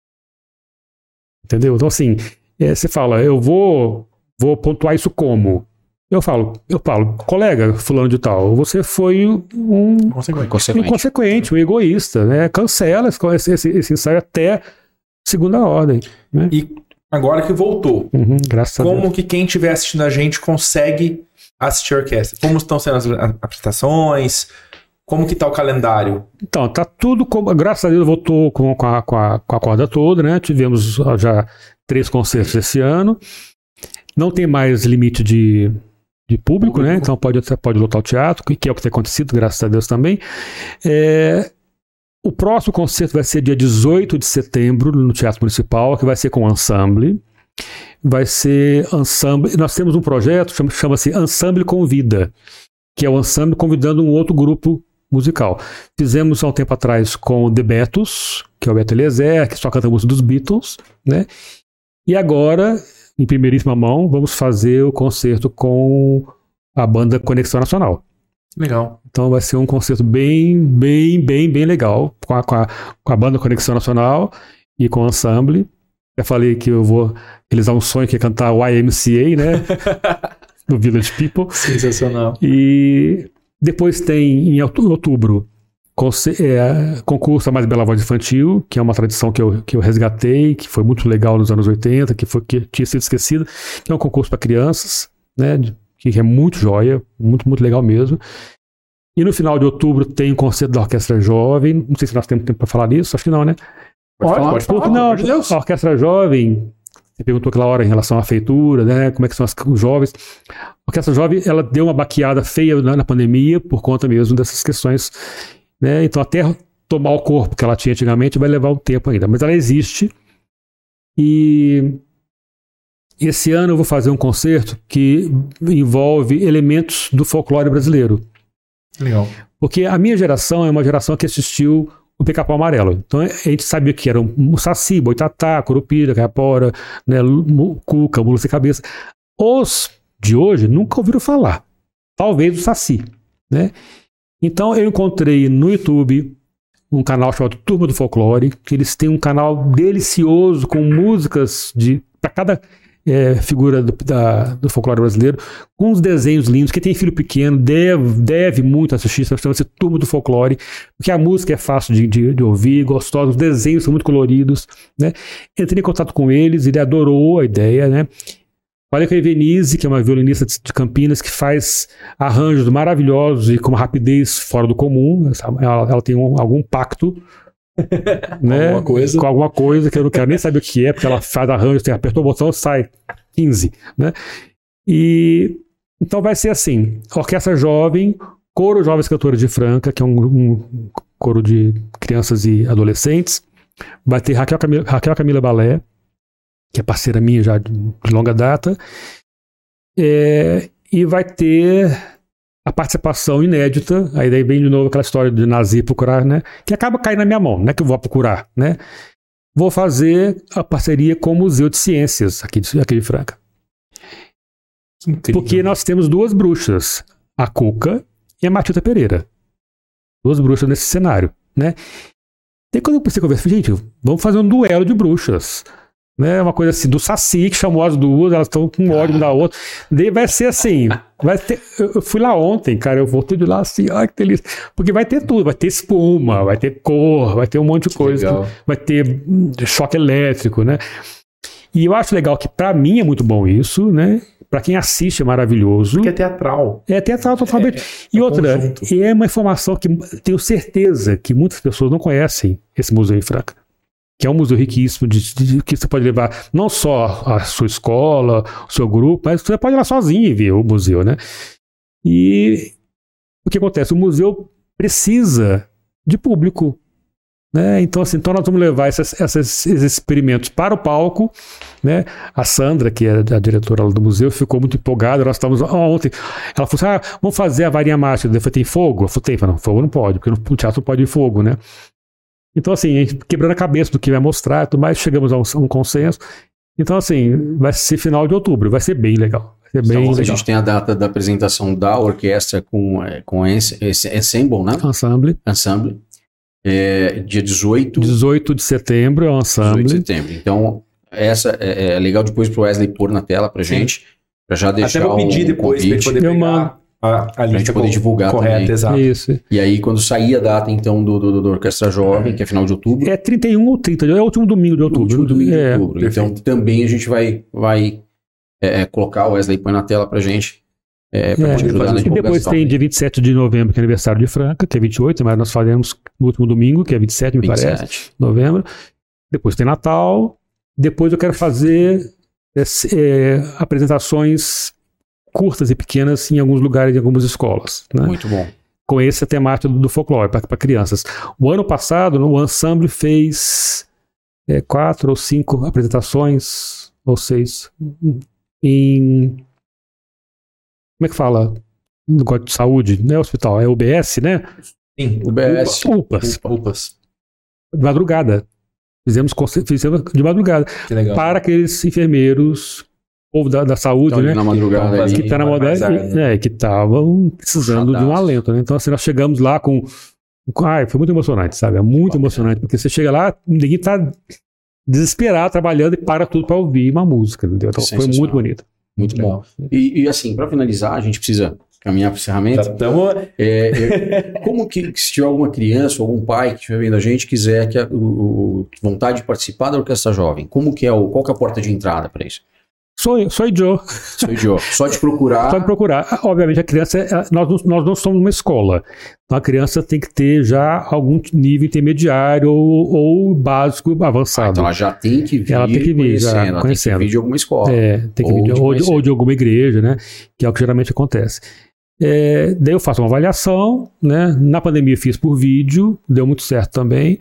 [SPEAKER 3] Entendeu? Então, assim, é, você fala, eu vou, vou pontuar isso como? Eu falo, eu falo, colega fulano de tal, você foi um
[SPEAKER 2] Consequente.
[SPEAKER 3] inconsequente, um egoísta, né? Cancela esse, esse, esse ensaio até segunda ordem. Né?
[SPEAKER 2] E agora que voltou,
[SPEAKER 3] uhum, graças a
[SPEAKER 2] como
[SPEAKER 3] Deus.
[SPEAKER 2] que quem estiver assistindo a gente consegue assistir a orquestra? Como estão sendo as apresentações? Como que tá o calendário?
[SPEAKER 3] Então, tá tudo como. Graças a Deus voltou com, com, a, com, a, com a corda toda, né? Tivemos já três concertos esse ano. Não tem mais limite de, de público, público, né? Então pode, pode lotar o teatro, que é o que tem acontecido, graças a Deus também. É, o próximo concerto vai ser dia dezoito de setembro, no Teatro Municipal, que vai ser com ensemble. Vai ser ensemble. Nós temos um projeto, chama, chama-se Ensemble Convida, que é o ensemble convidando um outro grupo musical. Fizemos há um tempo atrás com o The Beatles, que é o Beto Eliezer, que só canta música dos Beatles, né? E agora, em primeiríssima mão, vamos fazer o concerto com a banda Conexão Nacional.
[SPEAKER 2] Legal.
[SPEAKER 3] Então vai ser um concerto bem, bem, bem, bem legal, com a, com a, com a banda Conexão Nacional e com o ensemble. Já falei que eu vou realizar um sonho que é cantar o Y M C A, né? No Village People.
[SPEAKER 2] Sensacional.
[SPEAKER 3] E depois tem, em outubro, é, concurso A Mais Bela Voz Infantil, que é uma tradição que eu, que eu resgatei, que foi muito legal nos anos oitenta, que, foi, que tinha sido esquecida, que é um concurso para crianças, né, que é muito joia, muito, muito legal mesmo. E no final de outubro tem o concerto da Orquestra Jovem, não sei se nós temos tempo para falar disso, acho que não, né?
[SPEAKER 2] Pode falar, pode falar,
[SPEAKER 3] não,
[SPEAKER 2] de Deus.
[SPEAKER 3] A Orquestra Jovem, você perguntou aquela hora em relação à feitura, né? Como é que são as, os jovens. A Orquestra Jovem, ela deu uma baqueada feia na, na pandemia por conta mesmo dessas questões, né? Então até tomar o corpo que ela tinha antigamente vai levar um tempo ainda, mas ela existe. E esse ano eu vou fazer um concerto que envolve elementos do folclore brasileiro.
[SPEAKER 2] Legal.
[SPEAKER 3] Porque a minha geração é uma geração que assistiu o Pica-Pau Amarelo. Então a gente sabia que era um Saci, Boitatá, Curupira, Caipora, né, Cuca, Mula Sem Cabeça. Os de hoje nunca ouviram falar. Talvez o Saci, né? Então eu encontrei no YouTube um canal chamado Turma do Folclore, que eles têm um canal delicioso com músicas de para cada é, figura do, da, do folclore brasileiro, com uns desenhos lindos. Quem tem filho pequeno deve, deve muito assistir, chama-se Turma do Folclore, porque a música é fácil de, de, de ouvir, gostosa, os desenhos são muito coloridos, né? Entrei em contato com eles, ele adorou a ideia, né? Falei com a Evenise, que é uma violinista de Campinas, que faz arranjos maravilhosos e com uma rapidez fora do comum. Ela, ela tem um, algum pacto né?
[SPEAKER 2] alguma coisa.
[SPEAKER 3] com alguma coisa que eu não quero nem saber o que é, porque ela faz arranjos, tem, apertou o botão, sai quinze. Né? E então vai ser assim: Orquestra Jovem, Coro Jovens Cantores de Franca, que é um, um coro de crianças e adolescentes. Vai ter Raquel Camila, Raquel Camila Balé, que é parceira minha já de, de longa data, é, e vai ter a participação inédita, aí daí vem de novo aquela história de Nazir procurar, né, que acaba caindo na minha mão, não é que eu vou procurar, né, vou fazer a parceria com o Museu de Ciências aqui de, aqui de Franca. Porque nós temos duas bruxas, a Cuca e a Matita Pereira, duas bruxas nesse cenário, né. E quando eu pensei, conversar, gente, vamos fazer um duelo de bruxas, né? Uma coisa assim, do Saci, que chamou as duas, elas estão com ódio uma da outra. Daí vai ser assim, vai ter, eu fui lá ontem, cara, eu voltei de lá assim, ai que delícia, porque vai ter tudo, vai ter espuma, vai ter cor, vai ter um monte de coisa, que, vai ter choque elétrico, né? E eu acho legal que pra mim é muito bom isso, né? Pra quem assiste é maravilhoso.
[SPEAKER 2] Porque é teatral.
[SPEAKER 3] É teatral totalmente. É, e é outra, conjunto. É uma informação que tenho certeza que muitas pessoas não conhecem esse museu em Franca. que é um museu riquíssimo, de, de, de que você pode levar não só a sua escola, o seu grupo, mas você pode ir lá sozinho e ver o museu, né? E o que acontece? O museu precisa de público, né? Então, assim, então nós vamos levar essas, essas, esses experimentos para o palco, né? A Sandra, que é a diretora do museu, ficou muito empolgada. Nós estávamos ontem, ela falou assim, ah, vamos fazer a varinha mágica. Eu falei, tem fogo? Eu falei, tem. Eu falei, não, fogo não pode, porque no teatro não pode ir fogo, né? Então, assim, a gente quebrando a cabeça do que vai mostrar e tudo mais, chegamos a um, a um consenso. Então, assim, vai ser final de outubro, vai ser bem legal. Vai ser bem
[SPEAKER 1] então,
[SPEAKER 3] legal.
[SPEAKER 1] a gente tem a data da apresentação da orquestra com, com esse, esse ensemble, né?
[SPEAKER 3] Ensemble.
[SPEAKER 1] Ensemble. É, dia dezoito.
[SPEAKER 3] dezoito de setembro é o ensemble.
[SPEAKER 1] dezoito de setembro. Então, essa é, é legal depois pro Wesley pôr na tela pra gente, para já deixar
[SPEAKER 2] Até vou pedir
[SPEAKER 1] o
[SPEAKER 2] depois pra gente
[SPEAKER 1] convite,
[SPEAKER 2] poder
[SPEAKER 3] Eu
[SPEAKER 2] pegar
[SPEAKER 3] mando.
[SPEAKER 2] a, a
[SPEAKER 1] pra
[SPEAKER 2] lista
[SPEAKER 1] gente poder
[SPEAKER 2] co-
[SPEAKER 1] divulgar
[SPEAKER 2] correta,
[SPEAKER 1] também.
[SPEAKER 2] exato.
[SPEAKER 3] Isso.
[SPEAKER 1] E aí, quando sair a data, então, do, do, do Orquestra Jovem, que é final de outubro,
[SPEAKER 3] É trinta e um ou trinta, é o último domingo de
[SPEAKER 1] o
[SPEAKER 3] outubro.
[SPEAKER 1] último domingo
[SPEAKER 3] é.
[SPEAKER 1] de outubro. Então, também a gente vai, vai é, colocar o Wesley põe na tela pra gente, é, pra
[SPEAKER 3] É.
[SPEAKER 1] gente ajudar na
[SPEAKER 3] E depois
[SPEAKER 1] divulgação.
[SPEAKER 3] tem dia vinte e sete de novembro, que é aniversário de Franca, que é vinte e oito, mas nós faremos no último domingo, que é vinte e sete, me
[SPEAKER 1] vinte e
[SPEAKER 3] parece,
[SPEAKER 1] sete.
[SPEAKER 3] novembro. Depois tem Natal. Depois eu quero fazer é, é, apresentações curtas e pequenas em alguns lugares, em algumas escolas, né?
[SPEAKER 1] Muito bom.
[SPEAKER 3] Com essa temática do, do folclore, para crianças. O ano passado, o ensemble fez é, quatro ou cinco apresentações, ou seis, em... Como é que fala? No negócio de saúde, não é hospital, é U B S, né?
[SPEAKER 2] Sim,
[SPEAKER 1] U B S.
[SPEAKER 3] U P A S.
[SPEAKER 2] Upas.
[SPEAKER 3] De madrugada. Fizemos, conce- fizemos de madrugada.
[SPEAKER 2] Que legal.
[SPEAKER 3] Para aqueles enfermeiros, povo da, da saúde,
[SPEAKER 1] Então,
[SPEAKER 3] né?
[SPEAKER 1] na madrugada
[SPEAKER 2] Então,
[SPEAKER 1] ali,
[SPEAKER 3] Que tá na
[SPEAKER 2] vai mais
[SPEAKER 3] modéstia,
[SPEAKER 2] ar,
[SPEAKER 3] é, que estavam precisando de um
[SPEAKER 1] Puxadaço.
[SPEAKER 3] alento, né? Então, assim, nós chegamos lá com. com- Ai, foi muito emocionante, sabe? É muito emocionante, porque você chega lá, ninguém tá desesperado trabalhando e para tudo para ouvir uma música, entendeu? Então, foi
[SPEAKER 1] Sensacional.
[SPEAKER 3] muito bonito.
[SPEAKER 1] Muito bom. E, e assim, para finalizar, a gente precisa caminhar para o
[SPEAKER 2] Já
[SPEAKER 1] encerramento.
[SPEAKER 2] estamos...
[SPEAKER 1] É, é, como que, se tiver alguma criança ou algum pai que estiver vendo a gente quiser que a, o, o- vontade de participar da Orquestra Jovem, como que é o, qual que é a porta de entrada para isso?
[SPEAKER 3] Sou eu, sou eu, Joe.
[SPEAKER 1] Sou idiota. Só de procurar.
[SPEAKER 3] Pode procurar. Ah, obviamente, a criança, é- nós, não- nós não somos uma escola. Então, a criança tem que ter já algum nível intermediário ou, ou básico
[SPEAKER 1] Ah,
[SPEAKER 3] avançado.
[SPEAKER 1] então ela já tem que vir
[SPEAKER 3] Ela tem que vir,
[SPEAKER 1] conhecendo,
[SPEAKER 3] já,
[SPEAKER 1] ela
[SPEAKER 3] conhecendo.
[SPEAKER 1] tem que vir de alguma escola.
[SPEAKER 3] É, tem que
[SPEAKER 1] Ou
[SPEAKER 3] vir de,
[SPEAKER 1] de
[SPEAKER 3] ou, de,
[SPEAKER 1] conhecer.
[SPEAKER 3] ou de alguma igreja, né? Que é o que geralmente acontece. É, daí eu faço uma avaliação, né? Na pandemia eu fiz por vídeo, deu muito certo também.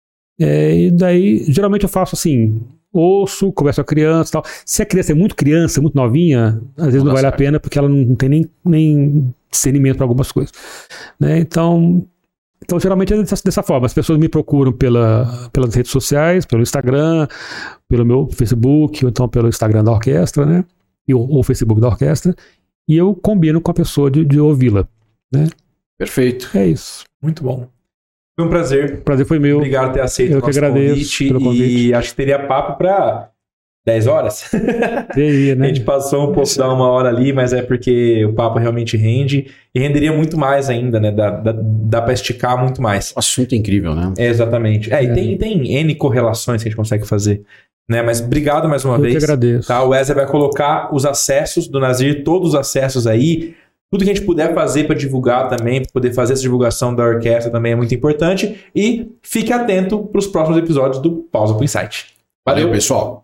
[SPEAKER 3] É, e daí, geralmente eu faço assim, ouço, converso com a criança e tal. Se a criança é muito criança, muito novinha, às vezes
[SPEAKER 1] Não
[SPEAKER 3] não,
[SPEAKER 1] dá
[SPEAKER 3] vale
[SPEAKER 1] certo.
[SPEAKER 3] a pena porque ela não tem nem, nem discernimento para algumas coisas. Né? Então, então, geralmente é dessa, dessa forma. As pessoas me procuram pela, pelas redes sociais, pelo Instagram, pelo meu Facebook, ou então pelo Instagram da orquestra, né? E, ou o Facebook da orquestra. E eu combino com a pessoa de, de ouvi-la. Né?
[SPEAKER 1] Perfeito.
[SPEAKER 3] É isso.
[SPEAKER 2] Muito bom. Foi um prazer.
[SPEAKER 3] O prazer foi meu.
[SPEAKER 2] Obrigado por ter aceito
[SPEAKER 3] eu
[SPEAKER 2] o
[SPEAKER 3] que
[SPEAKER 2] nosso
[SPEAKER 3] agradeço
[SPEAKER 2] convite.
[SPEAKER 3] pelo convite.
[SPEAKER 2] E acho que teria papo para dez horas.
[SPEAKER 3] Teria, né?
[SPEAKER 2] A gente passou um pouco da uma hora ali, mas é porque o papo realmente rende. E renderia muito mais ainda, né? Dá, dá, dá para esticar muito mais.
[SPEAKER 1] O assunto é incrível, né?
[SPEAKER 2] É, exatamente. É, e
[SPEAKER 3] É.
[SPEAKER 2] tem, tem N correlações que a gente consegue fazer. Né? Mas obrigado mais uma
[SPEAKER 3] Eu que
[SPEAKER 2] vez.
[SPEAKER 3] agradeço.
[SPEAKER 2] Tá? O Wesley vai colocar os acessos do Nazir, todos os acessos aí. Tudo que a gente puder fazer para divulgar também, para poder fazer essa divulgação da orquestra também é muito importante. E fique atento para os próximos episódios do Pausa pro Insight.
[SPEAKER 1] Valeu, pessoal.